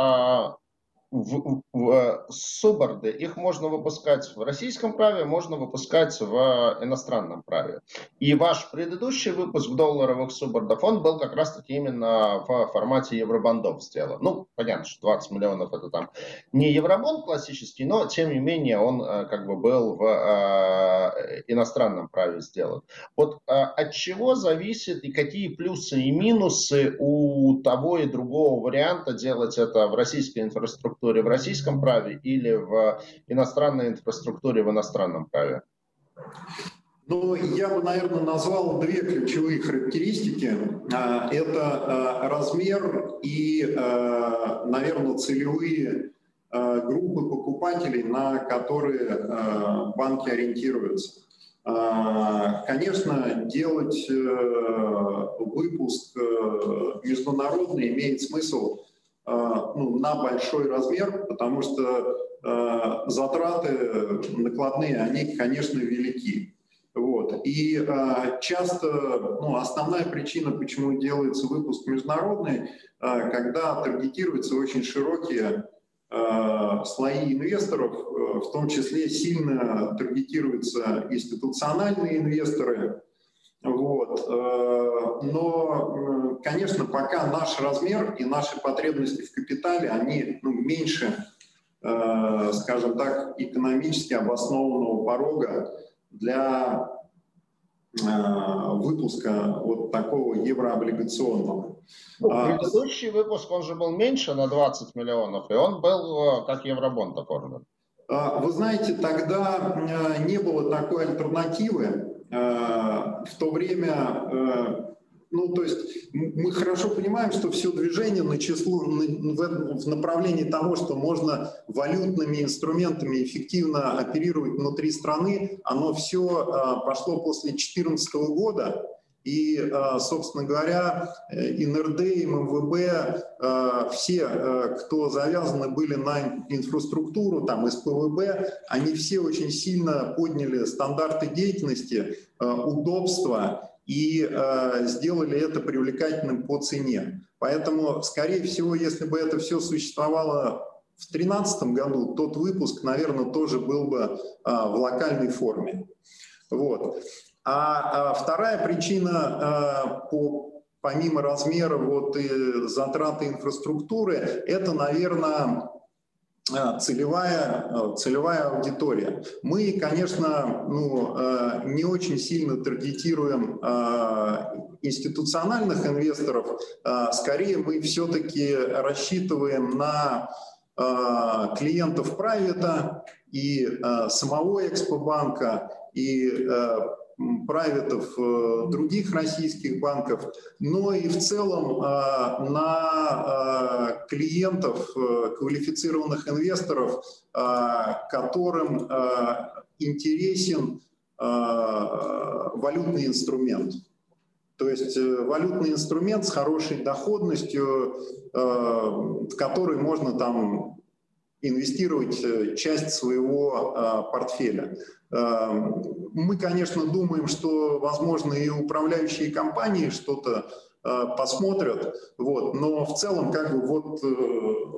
суборды, их можно выпускать в российском праве, можно выпускать в иностранном праве. И ваш предыдущий выпуск долларовых субордов, он был как раз-таки именно в формате евробондов сделан. Ну, понятно, что 20 миллионов это там не евробонд классический, но тем не менее он как бы был в иностранном праве сделан. Вот от чего зависит и какие плюсы и минусы у того и другого варианта делать это в российской инфраструктуре, в российском праве или в иностранной инфраструктуре в иностранном праве? Ну, я бы, наверное, назвал две ключевые характеристики. Это размер и, наверное, целевые группы покупателей, на которые банки ориентируются. Конечно, делать выпуск международный имеет смысл на большой размер, потому что затраты накладные, они, конечно, велики. Вот. И часто основная причина, почему делается выпуск международный, когда таргетируются очень широкие слои инвесторов, в том числе сильно таргетируются институциональные инвесторы. Вот. Но, конечно, пока наш размер и наши потребности в капитале, они меньше, скажем так, экономически обоснованного порога для выпуска вот такого еврооблигационного. Предыдущий выпуск, он же был меньше на 20 миллионов, и он был как евробонд оформлен. Вы знаете, тогда не было такой альтернативы. В то время, то есть мы хорошо понимаем, что все движение в направлении того, что можно валютными инструментами эффективно оперировать внутри страны, оно все пошло после 2014 года. И, собственно говоря, и НРД, и МВБ, все, кто завязаны были на инфраструктуру, там, СПВБ, они все очень сильно подняли стандарты деятельности, удобства и сделали это привлекательным по цене. Поэтому, скорее всего, если бы это все существовало в 2013 году, тот выпуск, наверное, тоже был бы в локальной форме. Вот. А вторая причина, помимо размера и затраты инфраструктуры, это, наверное, целевая аудитория. Мы, конечно, не очень сильно таргетируем институциональных инвесторов, скорее мы все-таки рассчитываем на клиентов прайвета и самого Экспобанка, и прайветов других российских банков, но и в целом на клиентов, квалифицированных инвесторов, которым интересен валютный инструмент. То есть валютный инструмент с хорошей доходностью, в который можно там инвестировать часть своего портфеля. Мы, конечно, думаем, что, возможно, и управляющие компании что-то посмотрят, но в целом,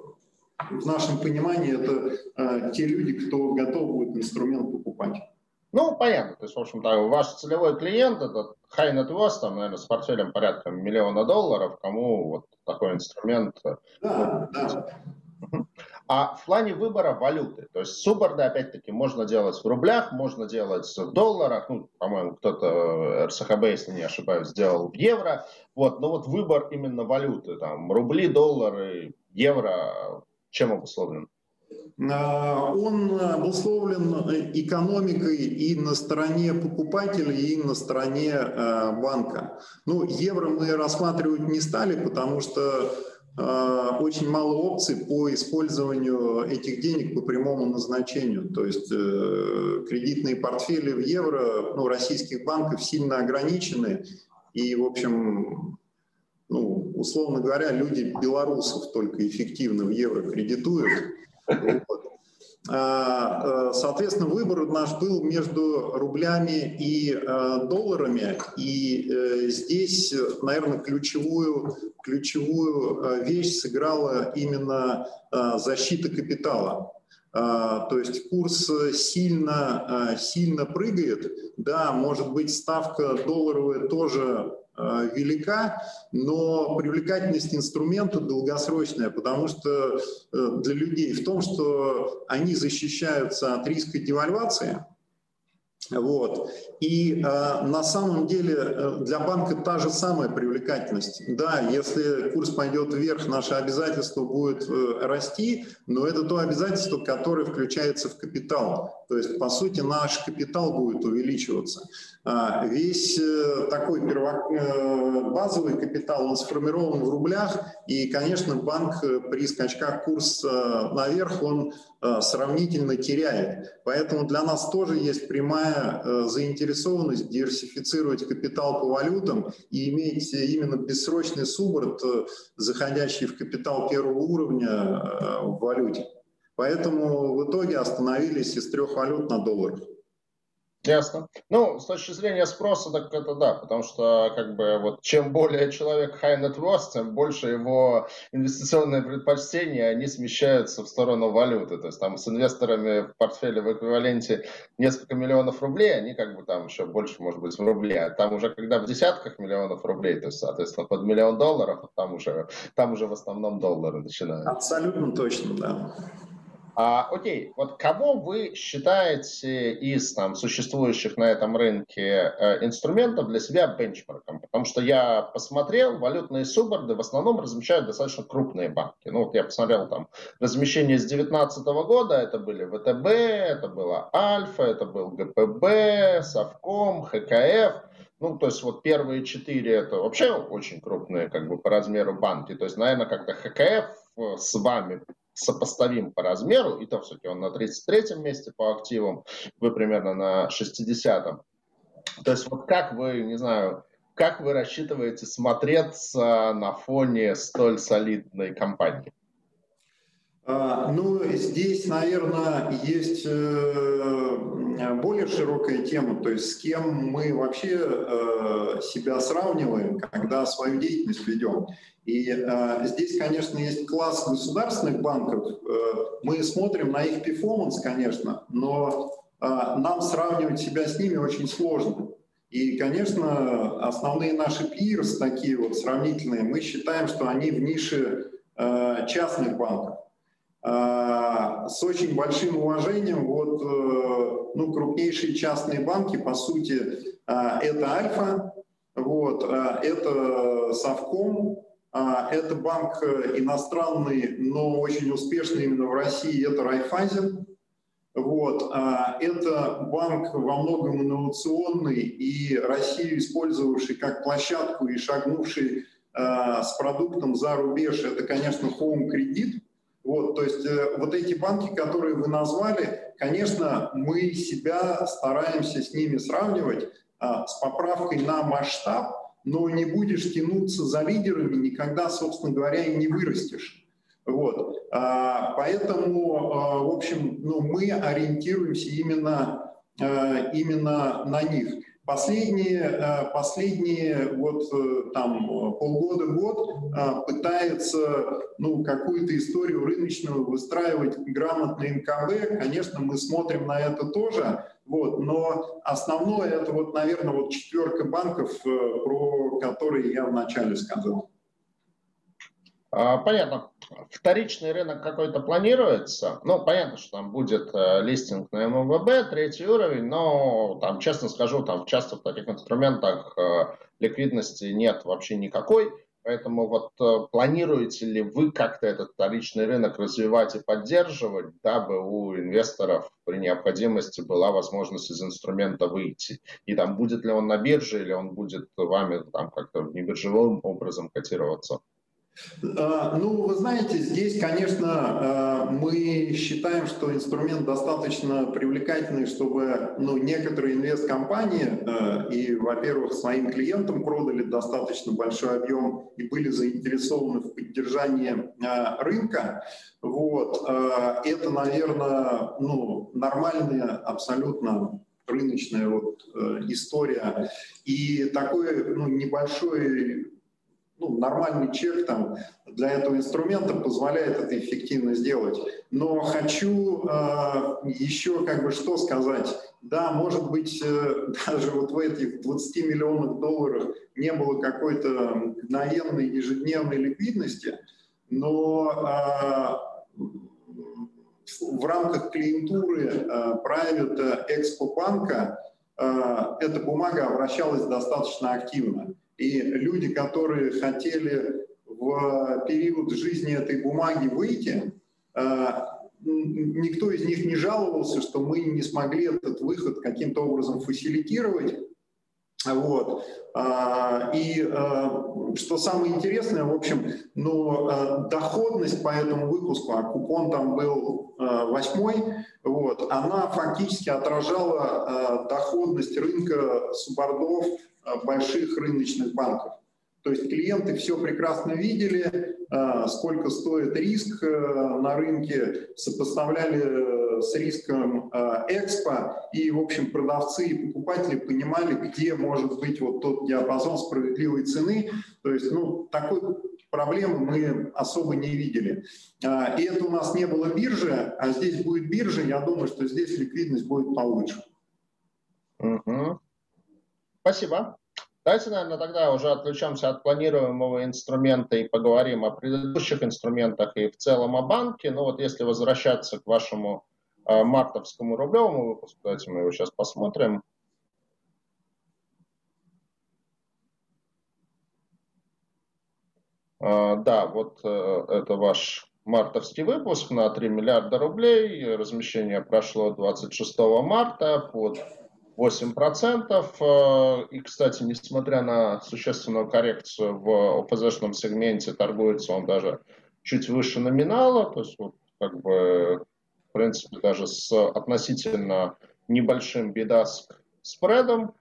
в нашем понимании, это те люди, кто готов будет инструмент покупать. Ну, понятно. То есть, в общем-то, ваш целевой клиент, это high net worth, там, наверное, с портфелем порядка $1 миллиона, кому вот такой инструмент может Да, быть. да. Мгм. А в плане выбора валюты, то есть суборды, опять-таки, можно делать в рублях, можно делать в долларах, ну, по-моему, кто-то, РСХБ, если не ошибаюсь, сделал в евро, вот, но вот выбор именно валюты, там, рубли, доллары, евро, чем обусловлен? Он обусловлен экономикой и на стороне покупателя, и на стороне банка. Ну, евро мы рассматривать не стали, потому что очень мало опций по использованию этих денег по прямому назначению. То есть кредитные портфели в евро, ну, российских банков сильно ограничены. И, в общем, ну, условно говоря, люди белорусов только эффективно в евро кредитуют. Вот. Соответственно, выбор наш был между рублями и долларами. И здесь, наверное, ключевую вещь сыграла именно защита капитала. То есть курс сильно прыгает. Да, может быть, ставка долларовая тоже велика, но привлекательность инструмента долгосрочная, потому что для людей в том, что они защищаются от риска девальвации. Вот. И на самом деле для банка та же самая привлекательность. Да, если курс пойдет вверх, наше обязательство будет расти, но это то обязательство, которое включается в капитал. То есть, по сути, наш капитал будет увеличиваться. Весь такой базовый капитал, он сформирован в рублях, и, конечно, банк при скачках курса наверх, он сравнительно теряет. Поэтому для нас тоже есть прямая заинтересованность диверсифицировать капитал по валютам и иметь именно бессрочный суборд, заходящий в капитал первого уровня в валюте. Поэтому в итоге остановились из 3 валют на долларах. Ясно. Ну, с точки зрения спроса, так это да, потому что, как бы, вот, чем более человек high net worth, тем больше его инвестиционные предпочтения, они смещаются в сторону валюты. То есть там с инвесторами в портфеле в эквиваленте несколько миллионов рублей, они как бы там еще больше, может быть, в рубле. А там уже, когда в десятках миллионов рублей, то есть, соответственно, под $1 миллион, там уже в основном доллары начинают. Абсолютно точно, да. Окей, вот кого вы считаете из там, существующих на этом рынке инструментов для себя бенчмарком? Потому что я посмотрел, валютные суборды в основном размещают достаточно крупные банки. Ну вот я посмотрел там размещение с 2019 года, это были ВТБ, это была Альфа, это был ГПБ, Совком, ХКФ. Ну, то есть вот первые 4 это вообще очень крупные как бы по размеру банки. То есть, наверное, как-то ХКФ с вами сопоставим по размеру, и то все-таки он на 33-м месте по активам, вы примерно на 60-м. То есть вот как вы, не знаю, как вы рассчитываете смотреться на фоне столь солидной компании? Ну, здесь, наверное, есть более широкая тема, то есть с кем мы вообще себя сравниваем, когда свою деятельность ведем. И здесь, конечно, есть класс государственных банков. Мы смотрим на их перформанс, конечно, но нам сравнивать себя с ними очень сложно. И, конечно, основные наши peers, такие вот сравнительные, мы считаем, что они в нише частных банков. С очень большим уважением, вот, ну, крупнейшие частные банки, по сути, это Альфа, вот, это Совком, это банк иностранный, но очень успешный именно в России, это Райффайзен. Вот, это банк во многом инновационный и Россию использовавший как площадку и шагнувший с продуктом за рубеж, это, конечно, Home Credit. Вот, то есть вот эти банки, которые вы назвали, конечно, мы себя стараемся с ними сравнивать с поправкой на масштаб, но не будешь тянуться за лидерами, никогда, собственно говоря, и не вырастешь. Вот. Поэтому, в общем, ну, мы ориентируемся именно на них. Последние вот там полгода-год пытается какую-то историю рыночную выстраивать грамотно МКБ. Конечно, мы смотрим на это тоже, но основное это наверное, четверка банков, про которые я вначале сказал. Понятно. Вторичный рынок какой-то планируется. Понятно, что там будет листинг на МВБ, третий уровень, но там, честно скажу, там часто в таких инструментах ликвидности нет вообще никакой. Поэтому планируете ли вы как-то этот вторичный рынок развивать и поддерживать, дабы у инвесторов при необходимости была возможность из инструмента выйти? И там будет ли он на бирже или он будет вами там как-то небиржевым образом котироваться? Вы знаете, здесь, конечно, мы считаем, что инструмент достаточно привлекательный, чтобы некоторые инвесткомпании и, во-первых, своим клиентам продали достаточно большой объем и были заинтересованы в поддержании рынка. Это, наверное, нормальная абсолютно рыночная история. И такой небольшой нормальный чек там для этого инструмента позволяет это эффективно сделать. Но хочу еще что сказать. Да, может быть, даже в этих 20 миллионах долларов не было какой-то мгновенной ежедневной ликвидности, но в рамках клиентуры Private Expo банка эта бумага обращалась достаточно активно. И люди, которые хотели в период жизни этой бумаги выйти, никто из них не жаловался, что мы не смогли этот выход каким-то образом фасилитировать. И что самое интересное, в общем, доходность по этому выпуску, а купон там был 8-й, она фактически отражала доходность рынка суббордов больших рыночных банков. То есть клиенты все прекрасно видели, сколько стоит риск на рынке, сопоставляли с риском экспо, и, в общем, продавцы и покупатели понимали, где может быть тот диапазон справедливой цены. То есть, такой проблемы мы особо не видели. И это у нас не было биржи, а здесь будет биржа, я думаю, что здесь ликвидность будет получше. Спасибо. Давайте, наверное, тогда уже отвлечемся от планируемого инструмента и поговорим о предыдущих инструментах и в целом о банке. Если возвращаться к вашему мартовскому рублевому выпуску, давайте мы его сейчас посмотрим. Да, это ваш мартовский выпуск на 3 миллиарда рублей. Размещение прошло 26 марта под 8%. И, кстати, несмотря на существенную коррекцию в ОФЗ-шном сегменте, торгуется он даже чуть выше номинала. То есть, в принципе, даже с относительно небольшим bid-ask спредом.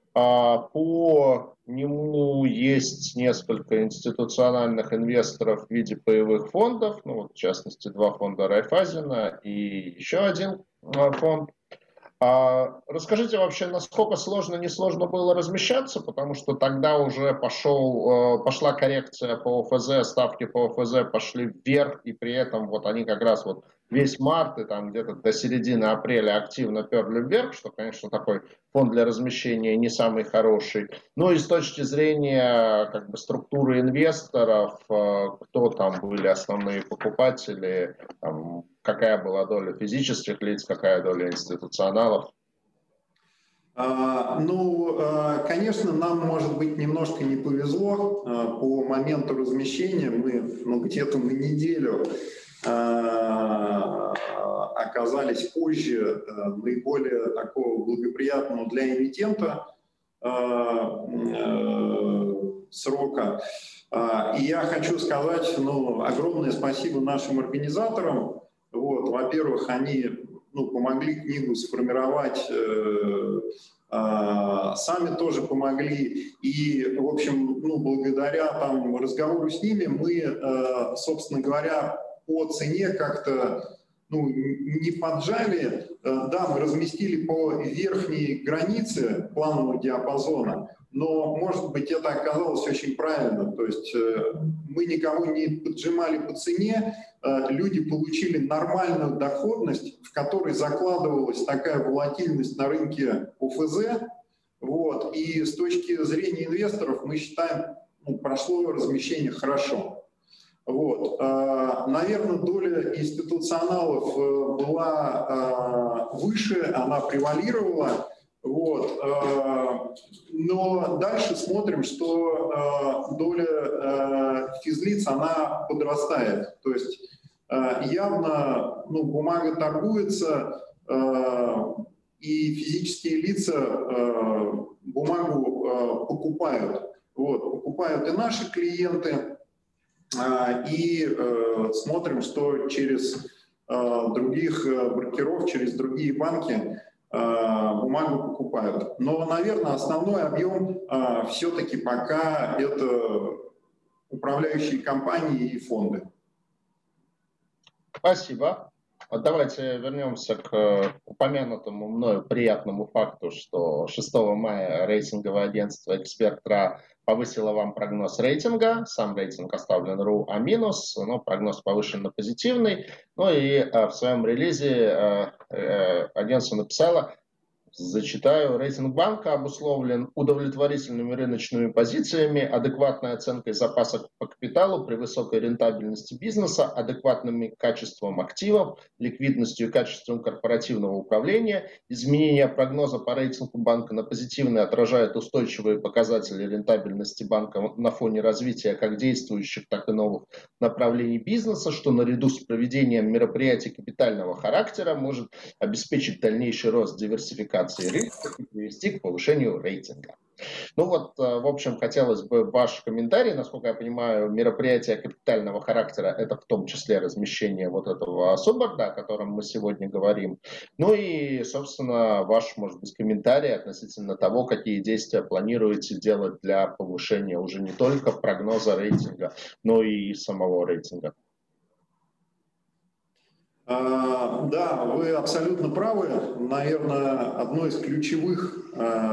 По нему есть несколько институциональных инвесторов в виде паевых фондов. В частности, 2 фонда Райффайзена и еще 1 фонд. Расскажите вообще, насколько сложно, несложно было размещаться, потому что тогда уже пошла коррекция по ОФЗ, ставки по ОФЗ пошли вверх, и при этом они как раз весь март и там где-то до середины апреля активно перли вверх, что, конечно, такой фонд для размещения не самый хороший. И с точки зрения структуры инвесторов, кто там были основные покупатели, какая была доля физических лиц, какая доля институционалов? Конечно, нам, может быть, немножко не повезло по моменту размещения. Мы где-то на неделю оказались позже наиболее такого благоприятного для эмитента срока. И я хочу сказать огромное спасибо нашим организаторам. Во-первых, они помогли книгу сформировать, сами тоже помогли. И, в общем, благодаря разговору с ними мы, собственно говоря, по цене как-то не поджали, да, мы разместили по верхней границе планового диапазона, но, может быть, это оказалось очень правильно. То есть мы никого не поджимали по цене, люди получили нормальную доходность, в которой закладывалась такая волатильность на рынке ОФЗ. Вот. И с точки зрения инвесторов мы считаем, прошло размещение хорошо. Вот. Наверное, доля институционалов была выше, она превалировала. Вот. Но дальше смотрим, что доля физлиц, она подрастает. То есть явно бумага торгуется, и физические лица бумагу покупают. Вот. Покупают и наши клиенты, и смотрим, что через других брокеров, через другие банки бумагу покупают. Но, наверное, основной объем все-таки пока это управляющие компании и фонды. Спасибо. Вот давайте вернемся к упомянутому мною приятному факту, что 6 мая рейтинговое агентство «Эксперт.РА» повысило вам прогноз рейтинга. Сам рейтинг оставлен РУ А-, но прогноз повышен на позитивный. Ну и в своем релизе агентство написало, зачитаю: рейтинг банка обусловлен удовлетворительными рыночными позициями, адекватной оценкой запасов по капиталу при высокой рентабельности бизнеса, адекватным качеством активов, ликвидностью и качеством корпоративного управления. Изменение прогноза по рейтингу банка на позитивный отражает устойчивые показатели рентабельности банка на фоне развития как действующих, так и новых направлений бизнеса, что наряду с проведением мероприятий капитального характера может обеспечить дальнейший рост диверсификации рынка и привести к повышению рейтинга. Ну вот, в общем, хотелось бы ваш комментарий. Насколько я понимаю, мероприятие капитального характера — это в том числе размещение вот этого субборда, о котором мы сегодня говорим. Ну и, собственно, ваш, может быть, комментарий относительно того, какие действия планируете делать для повышения уже не только прогноза рейтинга, но и самого рейтинга. Да, вы абсолютно правы. Наверное, одно из ключевых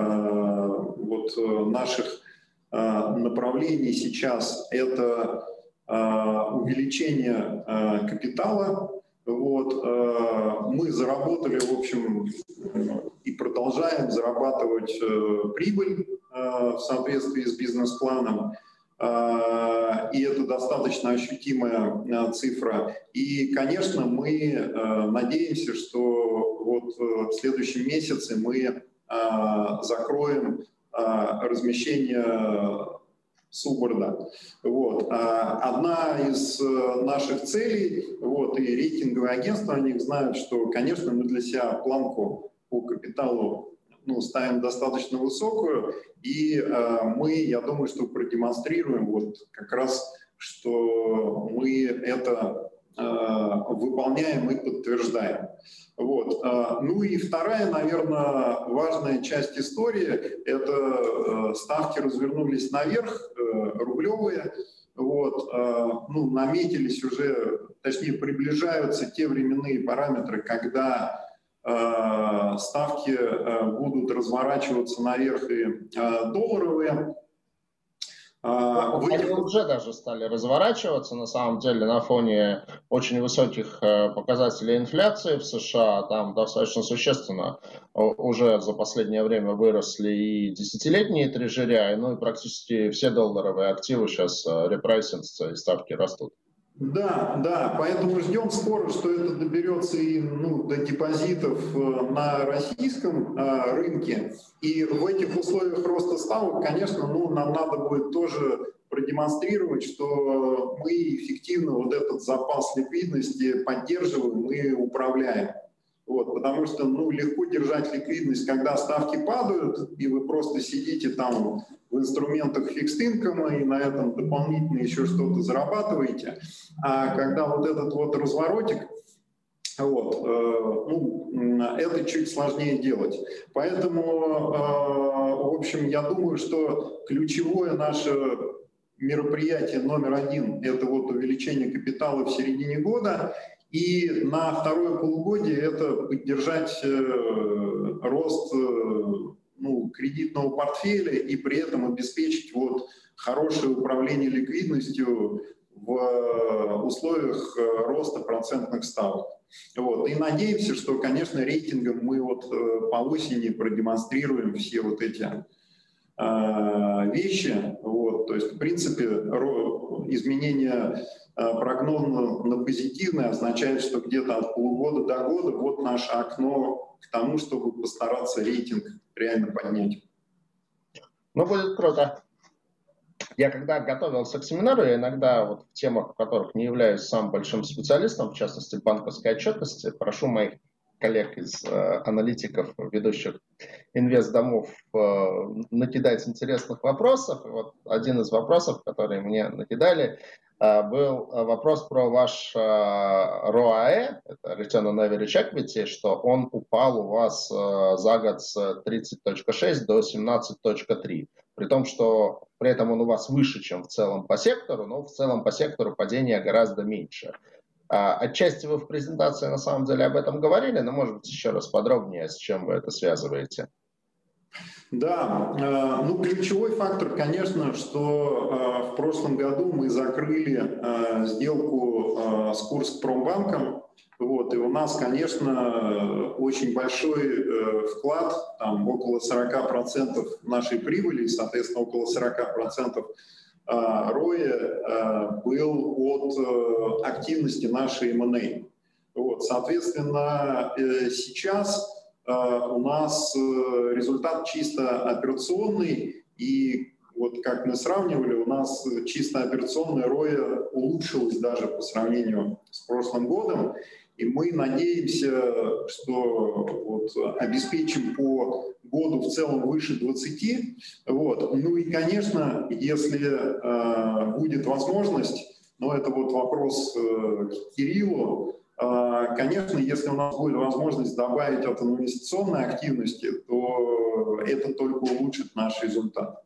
наших направлений сейчас — это увеличение капитала. Вот. Мы заработали, в общем, и продолжаем зарабатывать прибыль в соответствии с бизнес-планом. И это достаточно ощутимая цифра. И, конечно, мы надеемся, что вот в следующем месяце мы закроем размещение субборда. Вот. Одна из наших целей, вот, и рейтинговые агентства о них знают, что, конечно, мы для себя планку по капиталу ставим достаточно высокую, и мы, я думаю, что продемонстрируем вот как раз, что мы это выполняем и подтверждаем. Вот. Ну и вторая, наверное, важная часть истории — это ставки развернулись наверх, рублевые. Вот. Наметились уже, точнее, приближаются те временные параметры, когда ставки будут разворачиваться наверх и долларовые. Они уже даже стали разворачиваться, на самом деле, на фоне очень высоких показателей инфляции в США. Там достаточно существенно уже за последнее время выросли и десятилетние трежеря, и практически все долларовые активы сейчас репрайсинг, и ставки растут. Да, поэтому ждем скоро, что это доберется и до депозитов на российском рынке. И в этих условиях роста ставок, конечно, нам надо будет тоже продемонстрировать, что мы эффективно вот этот запас ликвидности поддерживаем и управляем. Вот, потому что легко держать ликвидность, когда ставки падают, и вы просто сидите там в инструментах фикс-инкома и на этом дополнительно еще что-то зарабатываете. А когда вот этот вот разворотик, это чуть сложнее делать. Поэтому, в общем, я думаю, что ключевое наше мероприятие номер один — это вот увеличение капитала в середине года. И на второе полугодие это поддержать рост кредитного портфеля и при этом обеспечить хорошее управление ликвидностью в условиях роста процентных ставок. И надеемся, что, конечно, рейтингом мы по осени продемонстрируем все эти вещи. То есть, в принципе, изменение прогноза на позитивное означает, что где-то от полугода до года наше окно к тому, чтобы постараться рейтинг реально поднять. Будет круто. Я когда готовился к семинару, я иногда в темах, в которых не являюсь самым большим специалистом, в частности банковской отчетности, прошу моих коллег из аналитиков, ведущих инвестдомов, накидать интересных вопросов. И один из вопросов, которые мне накидали, был вопрос про ваш ROAE, это Return on Average Equity, что он упал у вас за год с 30.6 до 17.3. При том, что при этом он у вас выше, чем в целом по сектору, но в целом по сектору падение гораздо меньше. Отчасти вы в презентации на самом деле об этом говорили, но, может быть, еще раз подробнее, с чем вы это связываете. Да, ключевой фактор, конечно, что в прошлом году мы закрыли сделку с Курскпромбанком. И у нас, конечно, очень большой вклад, около 40% нашей прибыли, соответственно, около 40% ROE был от активности нашей M&A. Соответственно, сейчас у нас результат чисто операционный, и как мы сравнивали, у нас чисто операционная ROE улучшилась даже по сравнению с прошлым годом, и мы надеемся, что обеспечим по году в целом выше 20. И, конечно, если будет возможность, это вопрос к Кириллу, конечно, если у нас будет возможность добавить от инвестиционной активности, то это только улучшит наш результат.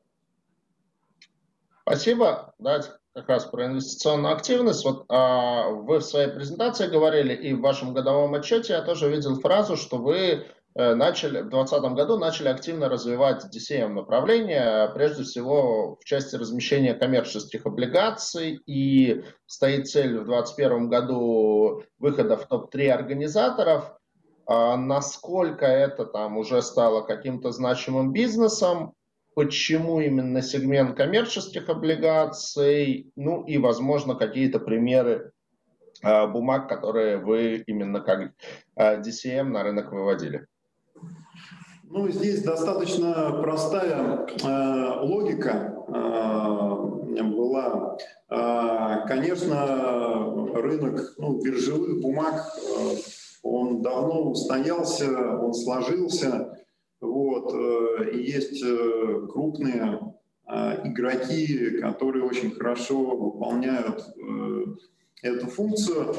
Спасибо. Давайте как раз про инвестиционную активность. Вы в своей презентации говорили, и в вашем годовом отчете я тоже видел фразу, что вы в 2020 году начали активно развивать DCM направление, прежде всего в части размещения коммерческих облигаций, и стоит цель в 2021 году выхода в топ-3 организаторов. Насколько это уже стало каким-то значимым бизнесом? Почему именно сегмент коммерческих облигаций, и, возможно, какие-то примеры бумаг, которые вы именно как DCM на рынок выводили? Здесь достаточно простая логика была. Конечно, рынок биржевых бумаг, он давно устоялся, он сложился. И есть крупные игроки, которые очень хорошо выполняют эту функцию.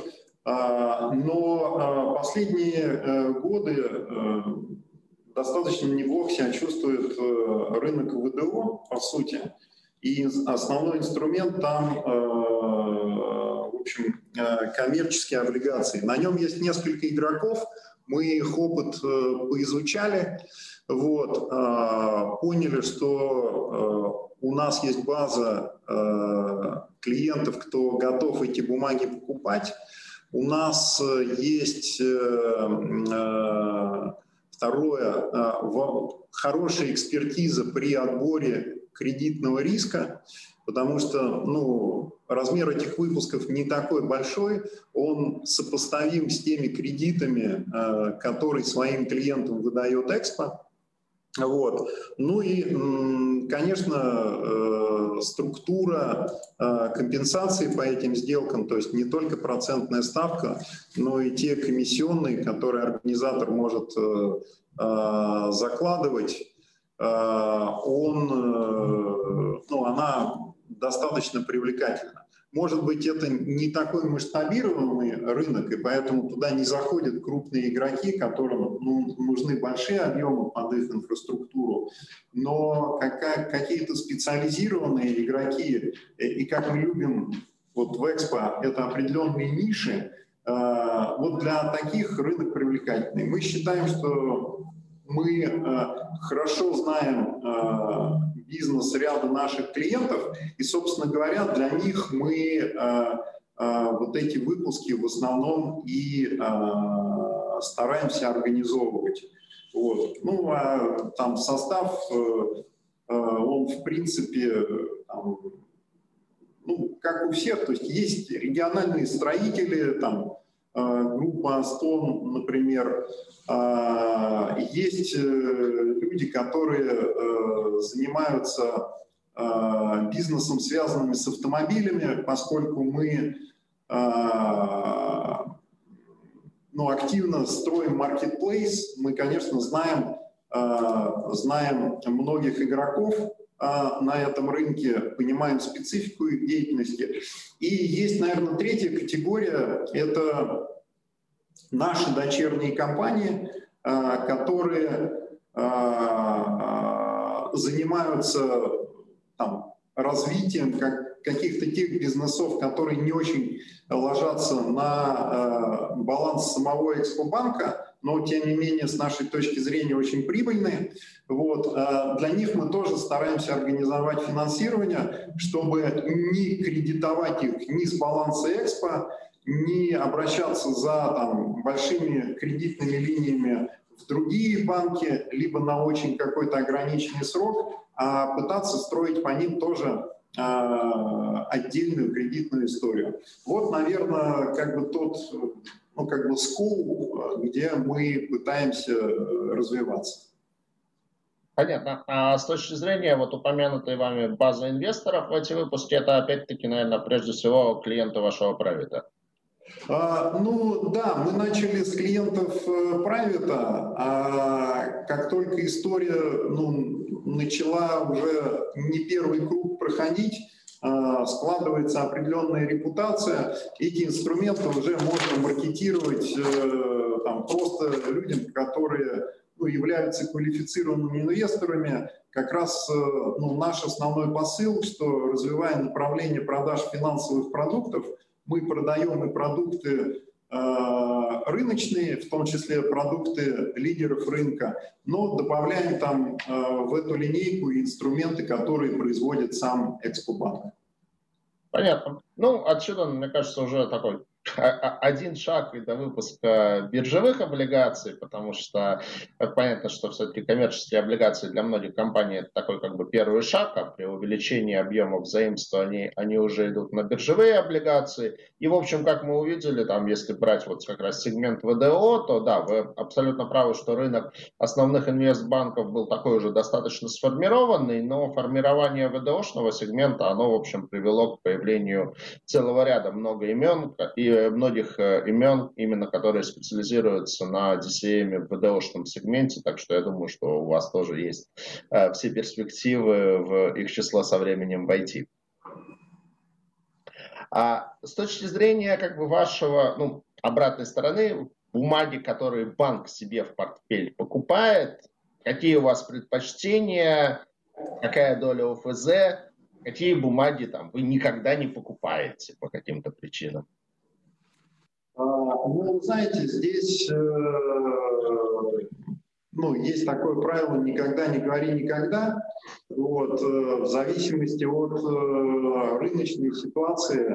Но последние годы достаточно неплохо себя чувствует рынок ВДО, по сути. И основной инструмент там, в общем, коммерческие облигации. На нем есть несколько игроков. Мы их опыт поизучали, поняли, что у нас есть база клиентов, кто готов эти бумаги покупать. У нас есть хорошая экспертиза при отборе кредитного риска, потому что размер этих выпусков не такой большой, он сопоставим с теми кредитами, которые своим клиентам выдает Экспо. И, конечно, структура компенсации по этим сделкам, то есть не только процентная ставка, но и те комиссионные, которые организатор может закладывать, она достаточно привлекательна. Может быть, это не такой масштабированный рынок, и поэтому туда не заходят крупные игроки, которым нужны большие объемы под их инфраструктуру, но какие-то специализированные игроки, и как мы любим в Экспо, это определенные ниши, Вот для таких рынок привлекательный. Мы считаем, что мы хорошо знаем бизнес ряда наших клиентов, и, собственно говоря, для них мы вот эти выпуски в основном и стараемся организовывать. Вот. Ну, а там состав, он, в принципе, там, ну, как у всех, то есть региональные строители, там, группа Астон, например, есть люди, которые занимаются бизнесом, связанным с автомобилями, поскольку мы активно строим маркетплейс, мы, конечно, знаем многих игроков на этом рынке, понимаем специфику их деятельности. И есть, наверное, третья категория – это наши дочерние компании, которые занимаются там развитием каких-то тех бизнесов, которые не очень ложатся на баланс самого Экспобанка, но, тем не менее, с нашей точки зрения, очень прибыльные. Вот. Для них мы тоже стараемся организовать финансирование, чтобы не кредитовать их ни с баланса Экспо, не обращаться за там, большими кредитными линиями в другие банки, либо на очень какой-то ограниченный срок, а пытаться строить по ним тоже отдельную кредитную историю. Вот, наверное, как бы тот, ну, как бы скоп, где мы пытаемся развиваться. Понятно. А с точки зрения вот упомянутой вами базы инвесторов в эти выпуски, это опять-таки, наверное, прежде всего клиенты вашего прайвета. Ну да, мы начали с клиентов прайвета, а как только история начала уже не первый круг проходить, складывается определенная репутация, эти инструменты уже можно маркетировать там, просто людям, которые являются квалифицированными инвесторами. Как раз наш основной посыл, что развивая направление продаж финансовых продуктов, мы продаем и продукты рыночные, в том числе продукты лидеров рынка, но добавляем там в эту линейку инструменты, которые производит сам Экспобанк. Понятно. Ну, отсюда, мне кажется, уже такой один шаг и до выпуска биржевых облигаций, потому что понятно, что все-таки коммерческие облигации для многих компаний это такой как бы первый шаг, а при увеличении объемов заимствований они уже идут на биржевые облигации. И, в общем, как мы увидели, там, если брать вот как раз сегмент ВДО, то да, вы абсолютно правы, что рынок основных инвестбанков был такой уже достаточно сформированный, но формирование ВДОшного сегмента, оно, в общем, привело к появлению целого ряда многих имен, именно которые специализируются на DCM в ВДОшном сегменте, так что я думаю, что у вас тоже есть все перспективы в их число со временем войти. А с точки зрения как бы вашего, обратной стороны, бумаги, которые банк себе в портфель покупает, какие у вас предпочтения, какая доля ОФЗ, какие бумаги там вы никогда не покупаете по каким-то причинам? Знаете, здесь есть такое правило «никогда не говори никогда». Вот, в зависимости от рыночной ситуации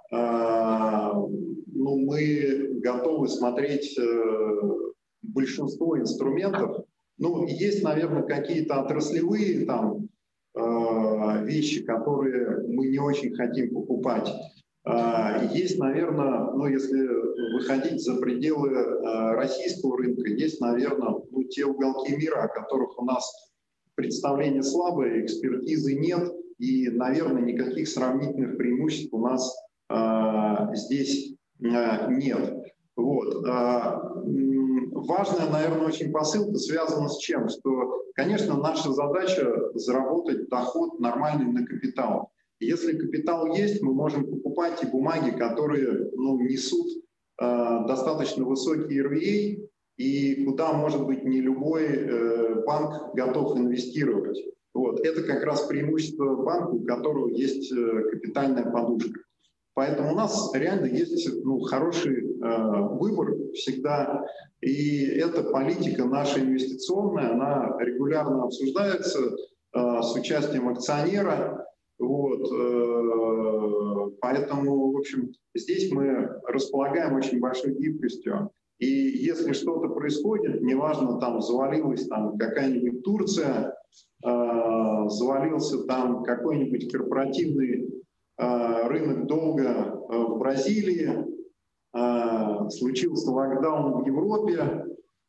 мы готовы смотреть большинство инструментов. Есть, наверное, какие-то отраслевые там вещи, которые мы не очень хотим покупать. Есть, наверное, если выходить за пределы российского рынка, есть, наверное, те уголки мира, о которых у нас представление слабое, экспертизы нет, и, наверное, никаких сравнительных преимуществ у нас здесь нет. Вот. Важная, наверное, очень посылка связана с чем? Что, конечно, наша задача заработать доход нормальный на капитал. Если капитал есть, мы можем покупать и бумаги, которые несут достаточно высокий RVA, и куда, может быть, не любой банк готов инвестировать. Вот. Это как раз преимущество банка, у которого есть капитальная подушка. Поэтому у нас реально есть хороший выбор всегда. И эта политика наша инвестиционная, она регулярно обсуждается с участием акционера. Вот. Поэтому, в общем, здесь мы располагаем очень большой гибкостью. И если что-то происходит, неважно, там завалилась какая-нибудь Турция, завалился там какой-нибудь корпоративный рынок долга в Бразилии, случился локдаун в Европе,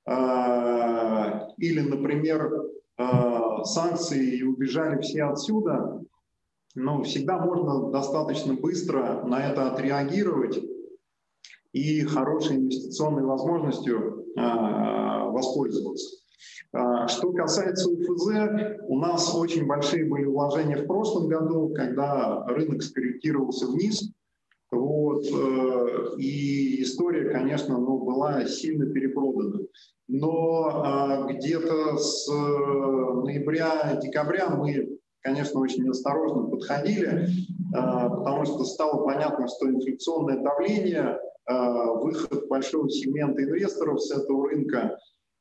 или, например, санкции и убежали все отсюда, но всегда можно достаточно быстро на это отреагировать и хорошей инвестиционной возможностью воспользоваться. Что касается УФЗ, у нас очень большие были вложения в прошлом году, когда рынок скорректировался вниз. Вот, и история, конечно, была сильно перепродана. Но где-то с ноября-декабря мы, конечно, очень осторожно подходили, потому что стало понятно, что инфляционное давление, выход большого сегмента инвесторов с этого рынка,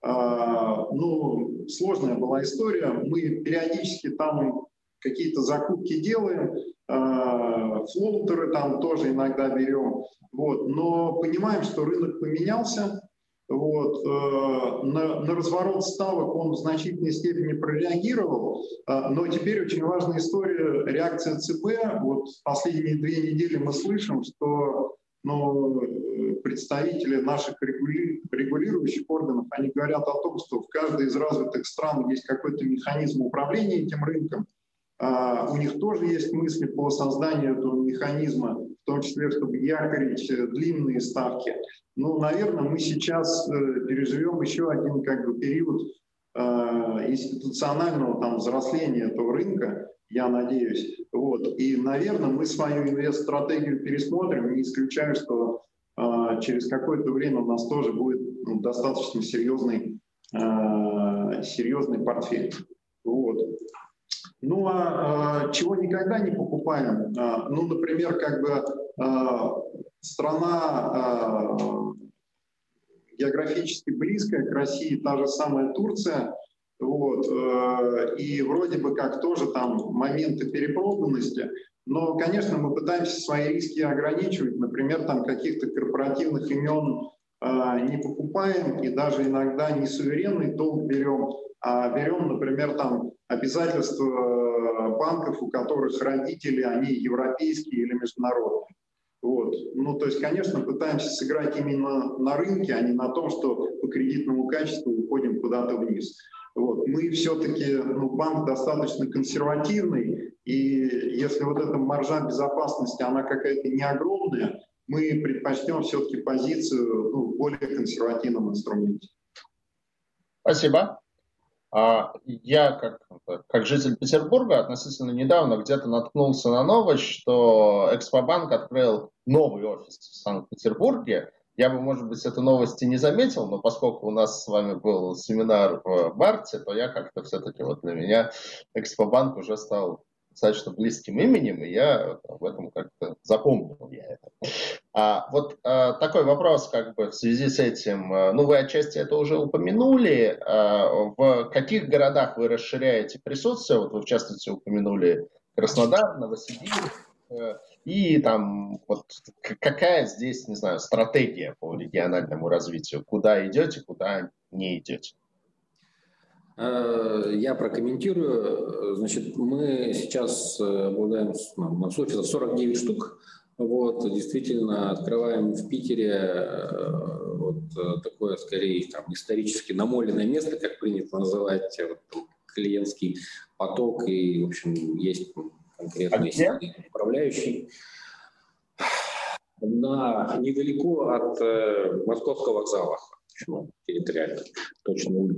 сложная была история. Мы периодически там какие-то закупки делаем, флоутеры там тоже иногда берем, вот, но понимаем, что рынок поменялся, вот, на разворот ставок он в значительной степени прореагировал, но теперь очень важная история, реакция ЦБ. Вот последние 2 недели мы слышим, что представители наших регулирующих органов, они говорят о том, что в каждой из развитых стран есть какой-то механизм управления этим рынком. У них тоже есть мысли по созданию этого механизма, в том числе, чтобы якорить длинные ставки. Наверное, мы сейчас переживем еще один период институционального взросления этого рынка, я надеюсь. Вот. И, наверное, мы свою инвест-стратегию пересмотрим. Не исключаю, что через какое-то время у нас тоже будет достаточно серьезный портфель. Вот. Чего никогда не покупаем? Например, страна географически близкая к России, та же самая Турция, вот, и вроде бы как тоже там моменты перепроданности, но, конечно, мы пытаемся свои риски ограничивать, например, там каких-то корпоративных имен не покупаем и даже иногда не суверенный долг берем, а берем, например, там обязательства банков, у которых родители, они европейские или международные. Вот. То есть, конечно, пытаемся сыграть именно на рынке, а не на том, что по кредитному качеству уходим куда-то вниз. Вот. Мы все-таки, банк достаточно консервативный, и если вот эта маржа безопасности, она какая-то не огромная, мы предпочтем все-таки позицию в более консервативном инструменте. Спасибо. Я, как житель Петербурга, относительно недавно где-то наткнулся на новость, что Экспобанк открыл новый офис в Санкт-Петербурге. Я бы, может быть, эту новость и не заметил, но поскольку у нас с вами был семинар в марте, то я как-то все-таки для меня Экспобанк уже стал достаточно близким именем, и я об этом как-то запомнил я это. Такой вопрос в связи с этим. Вы отчасти это уже упомянули. В каких городах вы расширяете присутствие? Вы в частности упомянули Краснодар, Новосибирск. И какая здесь, не знаю, стратегия по региональному развитию? Куда идете, куда не идете? Я прокомментирую. Значит, мы сейчас обладаем, у нас офисов 49 штук. Вот, действительно, открываем в Питере такое, скорее, исторически намоленное место, как принято называть, клиентский поток, и, в общем, есть конкретные управляющие. Недалеко от Московского вокзала, территориально, точно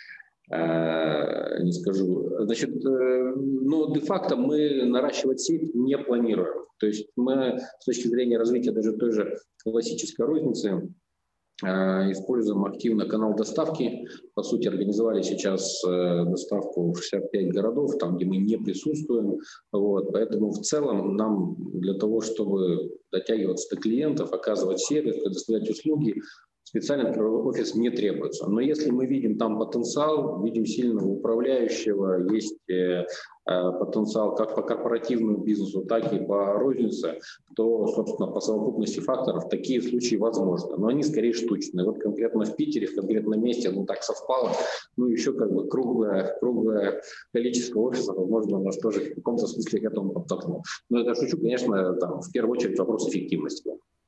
не скажу. Значит, де-факто мы наращивать сеть не планируем. То есть мы с точки зрения развития даже той же классической розницы используем активно канал доставки. По сути, организовали сейчас доставку в 65 городов, там, где мы не присутствуем. Вот. Поэтому в целом нам для того, чтобы дотягиваться до клиентов, оказывать сервис, предоставлять услуги, специально офис не требуется. Но если мы видим там потенциал, видим сильного управляющего, есть потенциал как по корпоративному бизнесу, так и по рознице, то, собственно, по совокупности факторов такие случаи возможны. Но они скорее штучные. Вот конкретно в Питере, в конкретном месте, так совпало. Еще как бы круглое количество офисов, возможно, нас тоже в каком-то смысле к этому подтолкнуло. Но это шучу, конечно, там, в первую очередь вопрос эффективности.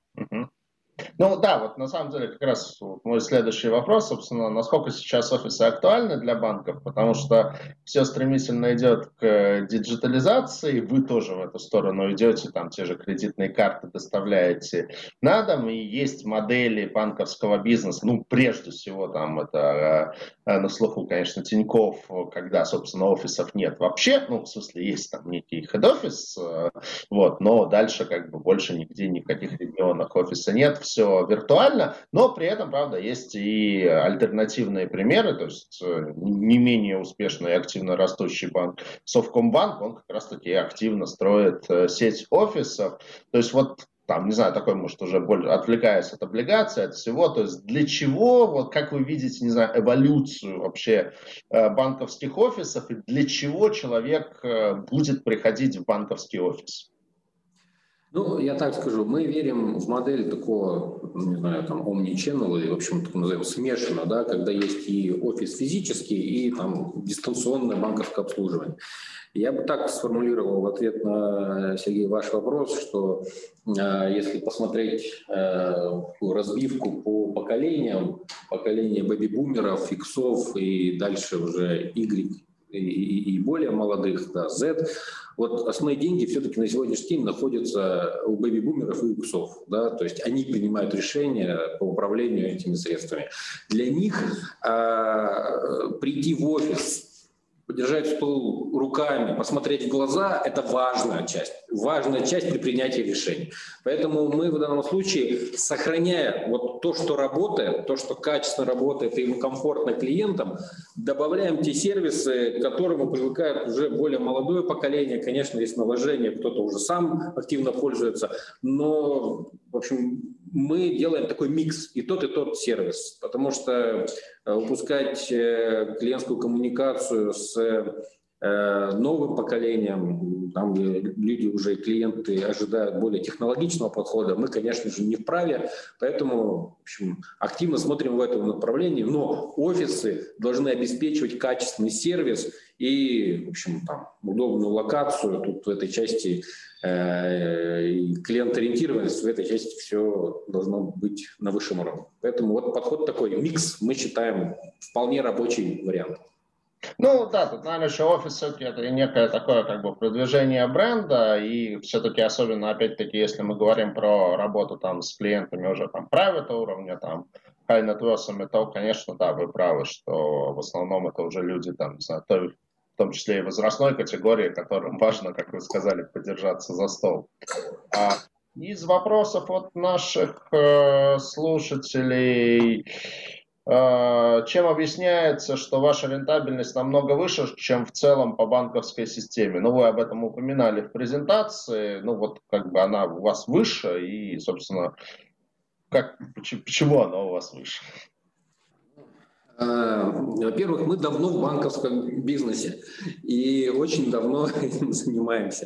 Ну да, вот на самом деле как раз мой следующий вопрос, собственно, насколько сейчас офисы актуальны для банков, потому что все стремительно идет к диджитализации, вы тоже в эту сторону идете, там те же кредитные карты доставляете на дом, и есть модели банковского бизнеса, прежде всего там это на слуху, конечно, Тинькофф, когда, собственно, офисов нет вообще, в смысле есть там некий хед-офис, вот, но дальше как бы больше нигде, ни в каких регионах офиса нет, все виртуально, но при этом, правда, есть и альтернативные примеры, то есть не менее успешный и активно растущий банк Совкомбанк, он как раз-таки активно строит сеть офисов, то есть вот там, не знаю, такой, может, уже более отвлекаясь от облигаций, от всего, то есть для чего, вот как вы видите, не знаю, эволюцию вообще банковских офисов и для чего человек будет приходить в банковский офис? Я так скажу, мы верим в модель такого, не знаю, там, omnichannel, или, в общем, так назовем, смешанно, да, когда есть и офис физический, и там дистанционное банковское обслуживание. Я бы так сформулировал в ответ на, Сергей, ваш вопрос, что если посмотреть разбивку по поколениям, поколение бэби-бумеров, иксов и дальше уже Y и более молодых, да, Z, вот основные деньги все-таки на сегодняшний день находятся у бэби-бумеров и иксов, да, то есть они принимают решения по управлению этими средствами. Для них прийти в офис, подержать стул руками, посмотреть в глаза – это важная часть при принятии решений. Поэтому мы в данном случае, сохраняя вот то, что работает, то, что качественно работает и комфортно клиентам, добавляем те сервисы, к которым привыкает уже более молодое поколение. Конечно, есть наложение, кто-то уже сам активно пользуется, но, в общем, мы делаем такой микс и тот сервис, потому что упускать клиентскую коммуникацию с новым поколением, там люди уже, клиенты ожидают более технологичного подхода, мы, конечно же, не вправе, поэтому, в общем, активно смотрим в этом направлении, но офисы должны обеспечивать качественный сервис и, в общем, там, удобную локацию, тут в этой части клиент-ориентированность, в этой части все должно быть на высшем уровне. Поэтому вот подход такой, микс, мы считаем вполне рабочий вариант. Да, тут, наверное, еще офис все-таки это некое такое как бы продвижение бренда, и все-таки особенно, опять-таки, если мы говорим про работу там с клиентами уже там private уровня, там high net worth, то, конечно, да, вы правы, что в основном это уже люди там, не знаю, в том числе и возрастной категории, которым важно, как вы сказали, подержаться за стол. Из вопросов от наших слушателей, чем объясняется, что ваша рентабельность намного выше, чем в целом по банковской системе? Вы об этом упоминали в презентации, как бы она у вас выше, и, собственно, почему она у вас выше? Во-первых, мы давно в банковском бизнесе и очень давно этим занимаемся.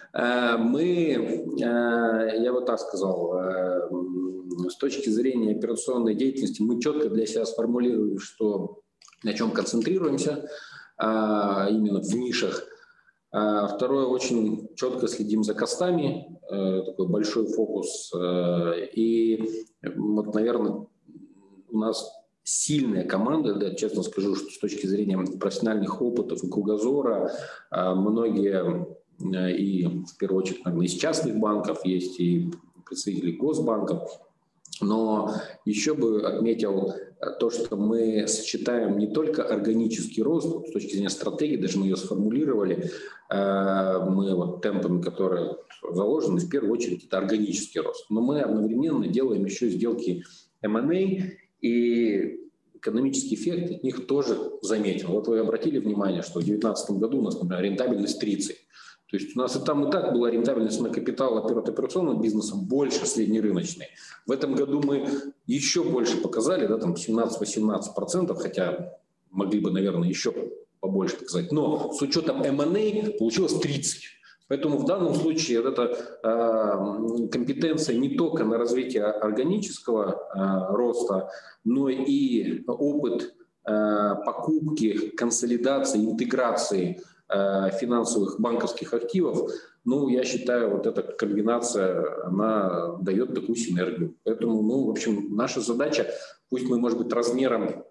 Я вот так сказал, с точки зрения операционной деятельности мы четко для себя сформулировали, на чем концентрируемся, именно в нишах. Второе, очень четко следим за костами, такой большой фокус. И вот, наверное, у нас сильная команда, да, честно скажу, что с точки зрения профессиональных опытов и кругозора, многие, и в первую очередь, наверное, из частных банков есть, и представители госбанков, Но еще бы отметил то, что мы сочетаем не только органический рост, с точки зрения стратегии, даже мы ее сформулировали, мы вот темпами, которые заложены, в первую очередь это органический рост. Но мы одновременно делаем еще сделки M&A, и экономический эффект от них тоже заметен. Вот вы обратили внимание, что в 2019 году у нас, например, рентабельность 30%. То есть у нас и так была рентабельность на капитал операционного бизнеса больше среднерыночной. В этом году мы еще больше показали, да, там 17-18%, хотя могли бы, наверное, еще побольше показать. Но с учетом M&A получилось 30%. Поэтому в данном случае вот эта компетенция не только на развитие органического роста, но и опыт покупки, консолидации, интеграции финансовых банковских активов, ну, я считаю, вот эта комбинация, она дает такую синергию. Поэтому, ну, в общем, наша задача, пусть мы, может быть, размером,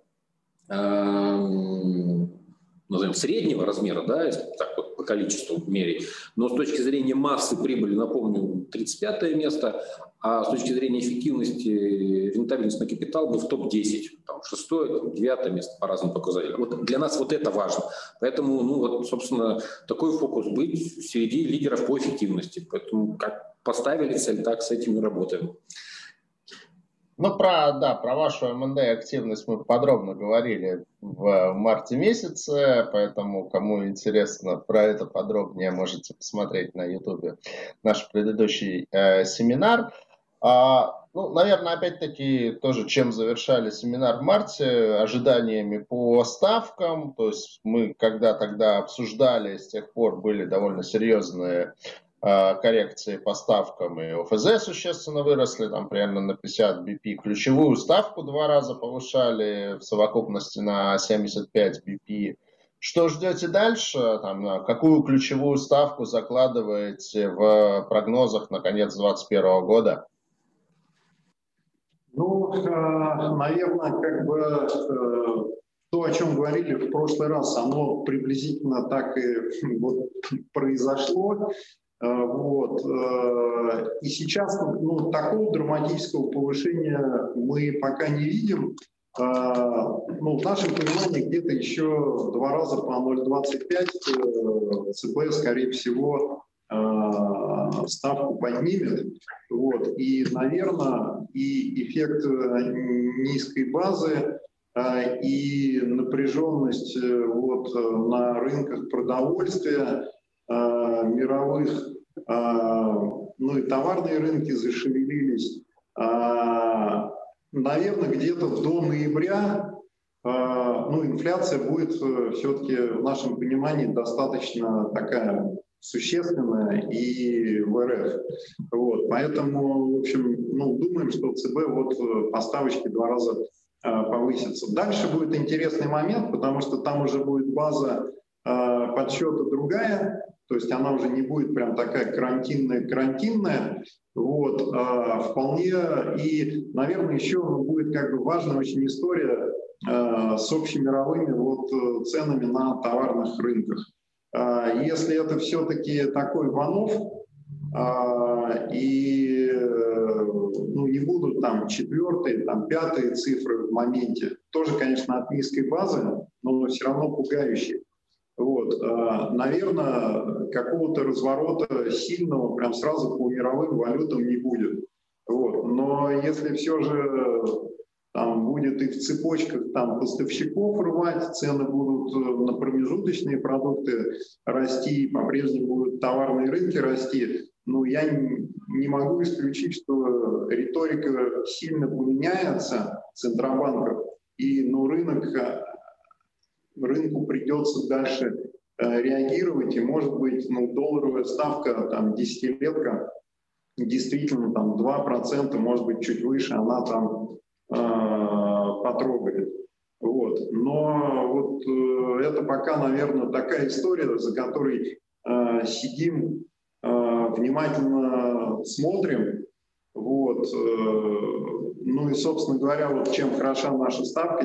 назовем, среднего размера, да, если так вот по количеству мерить, но с точки зрения массы прибыли, напомню, 35 место, а с точки зрения эффективности, рентабельность на капитал мы в топ-10, там, 6-е, 9 место по разным показателям. Вот для нас вот это важно. Поэтому, ну вот, собственно, такой фокус быть среди лидеров по эффективности. Поэтому как поставили цель, так с этим и работаем. Ну, про вашу M&A активность мы подробно говорили в марте месяце, поэтому, кому интересно про это подробнее, можете посмотреть на YouTube наш предыдущий семинар. Ну, наверное, опять-таки, тоже чем завершали семинар в марте, ожиданиями по ставкам. То есть мы, когда тогда обсуждали, с тех пор были довольно серьезные коррекции по ставкам, и ОФЗ существенно выросли, там примерно на 50 BP. Ключевую ставку 2 раза повышали, в совокупности на 75 BP. Что ждете дальше? Там, какую ключевую ставку закладываете в прогнозах на конец 2021 года? Ну, наверное, как бы то, о чем говорили в прошлый раз, оно приблизительно так и вот произошло. Вот. И сейчас, ну, такого драматического повышения мы пока не видим. Ну, в нашем понимании где-то еще 2 раза по 0,25 ЦБ, скорее всего, ставку поднимет. Вот. И, наверное, и эффект низкой базы, и напряженность вот на рынках продовольствия, мировых, ну и товарные рынки зашевелились. Наверное, где-то до ноября ну, инфляция будет все-таки в нашем понимании достаточно такая существенная и в РФ. Вот. Поэтому, в общем, ну, думаем, что ЦБ вот по ставочке 2 раза повысится. Дальше будет интересный момент, потому что там уже будет база подсчета другая, то есть она уже не будет прям такая карантинная, вот, вполне. И, наверное, еще будет как бы важная очень история с общемировыми вот ценами на товарных рынках. Если это все-таки такой ван-офф, и ну, не будут там 4-е, там 5-е цифры в моменте, тоже, конечно, от низкой базы, но все равно пугающие. Вот, наверное, какого-то разворота сильного прям сразу по мировым валютам не будет. Вот. Но если все же там будет и в цепочках там поставщиков рвать, цены будут на промежуточные продукты расти, по-прежнему будут товарные рынки расти, ну, я не могу исключить, что риторика сильно поменяется центробанков, и ну, рынку придется дальше реагировать, и, может быть, ну, долларовая ставка, там, десятилетка, действительно, там, 2%, может быть, чуть выше, она там потрогает. Вот. Но вот это пока, наверное, такая история, за которой сидим, внимательно смотрим. Вот. Ну и, собственно говоря, вот чем хороша наша ставка,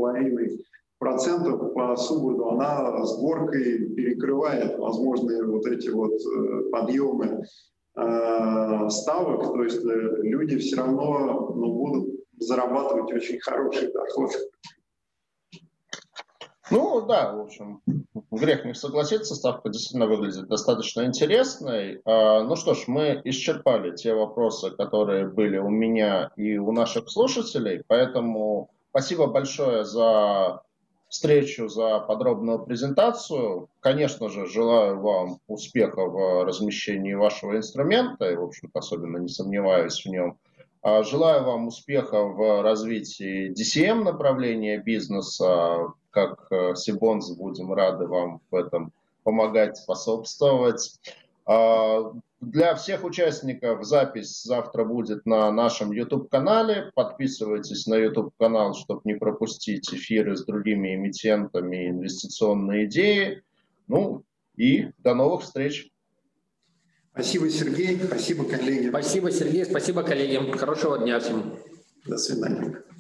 7,5% по субботу, она с горкой перекрывает возможные вот эти вот подъемы ставок, то есть люди все равно будут зарабатывать очень хороший доход. Ну да, в общем, грех не согласиться, ставка действительно выглядит достаточно интересной. Ну что ж, мы исчерпали те вопросы, которые были у меня и у наших слушателей, поэтому спасибо большое за встречу, за подробную презентацию. Конечно же, желаю вам успеха в размещении вашего инструмента, и, в общем-то, особенно не сомневаюсь в нем. Желаю вам успеха в развитии DCM направления бизнеса. Как Сибонс будем рады вам в этом помогать, способствовать. Для всех участников запись завтра будет на нашем YouTube-канале. Подписывайтесь на YouTube-канал, чтобы не пропустить эфиры с другими эмитентами, инвестиционные идеи. Ну и до новых встреч. Спасибо, Сергей. Спасибо, коллеги. Спасибо, Сергей. Спасибо, коллеги. Хорошего дня всем. До свидания.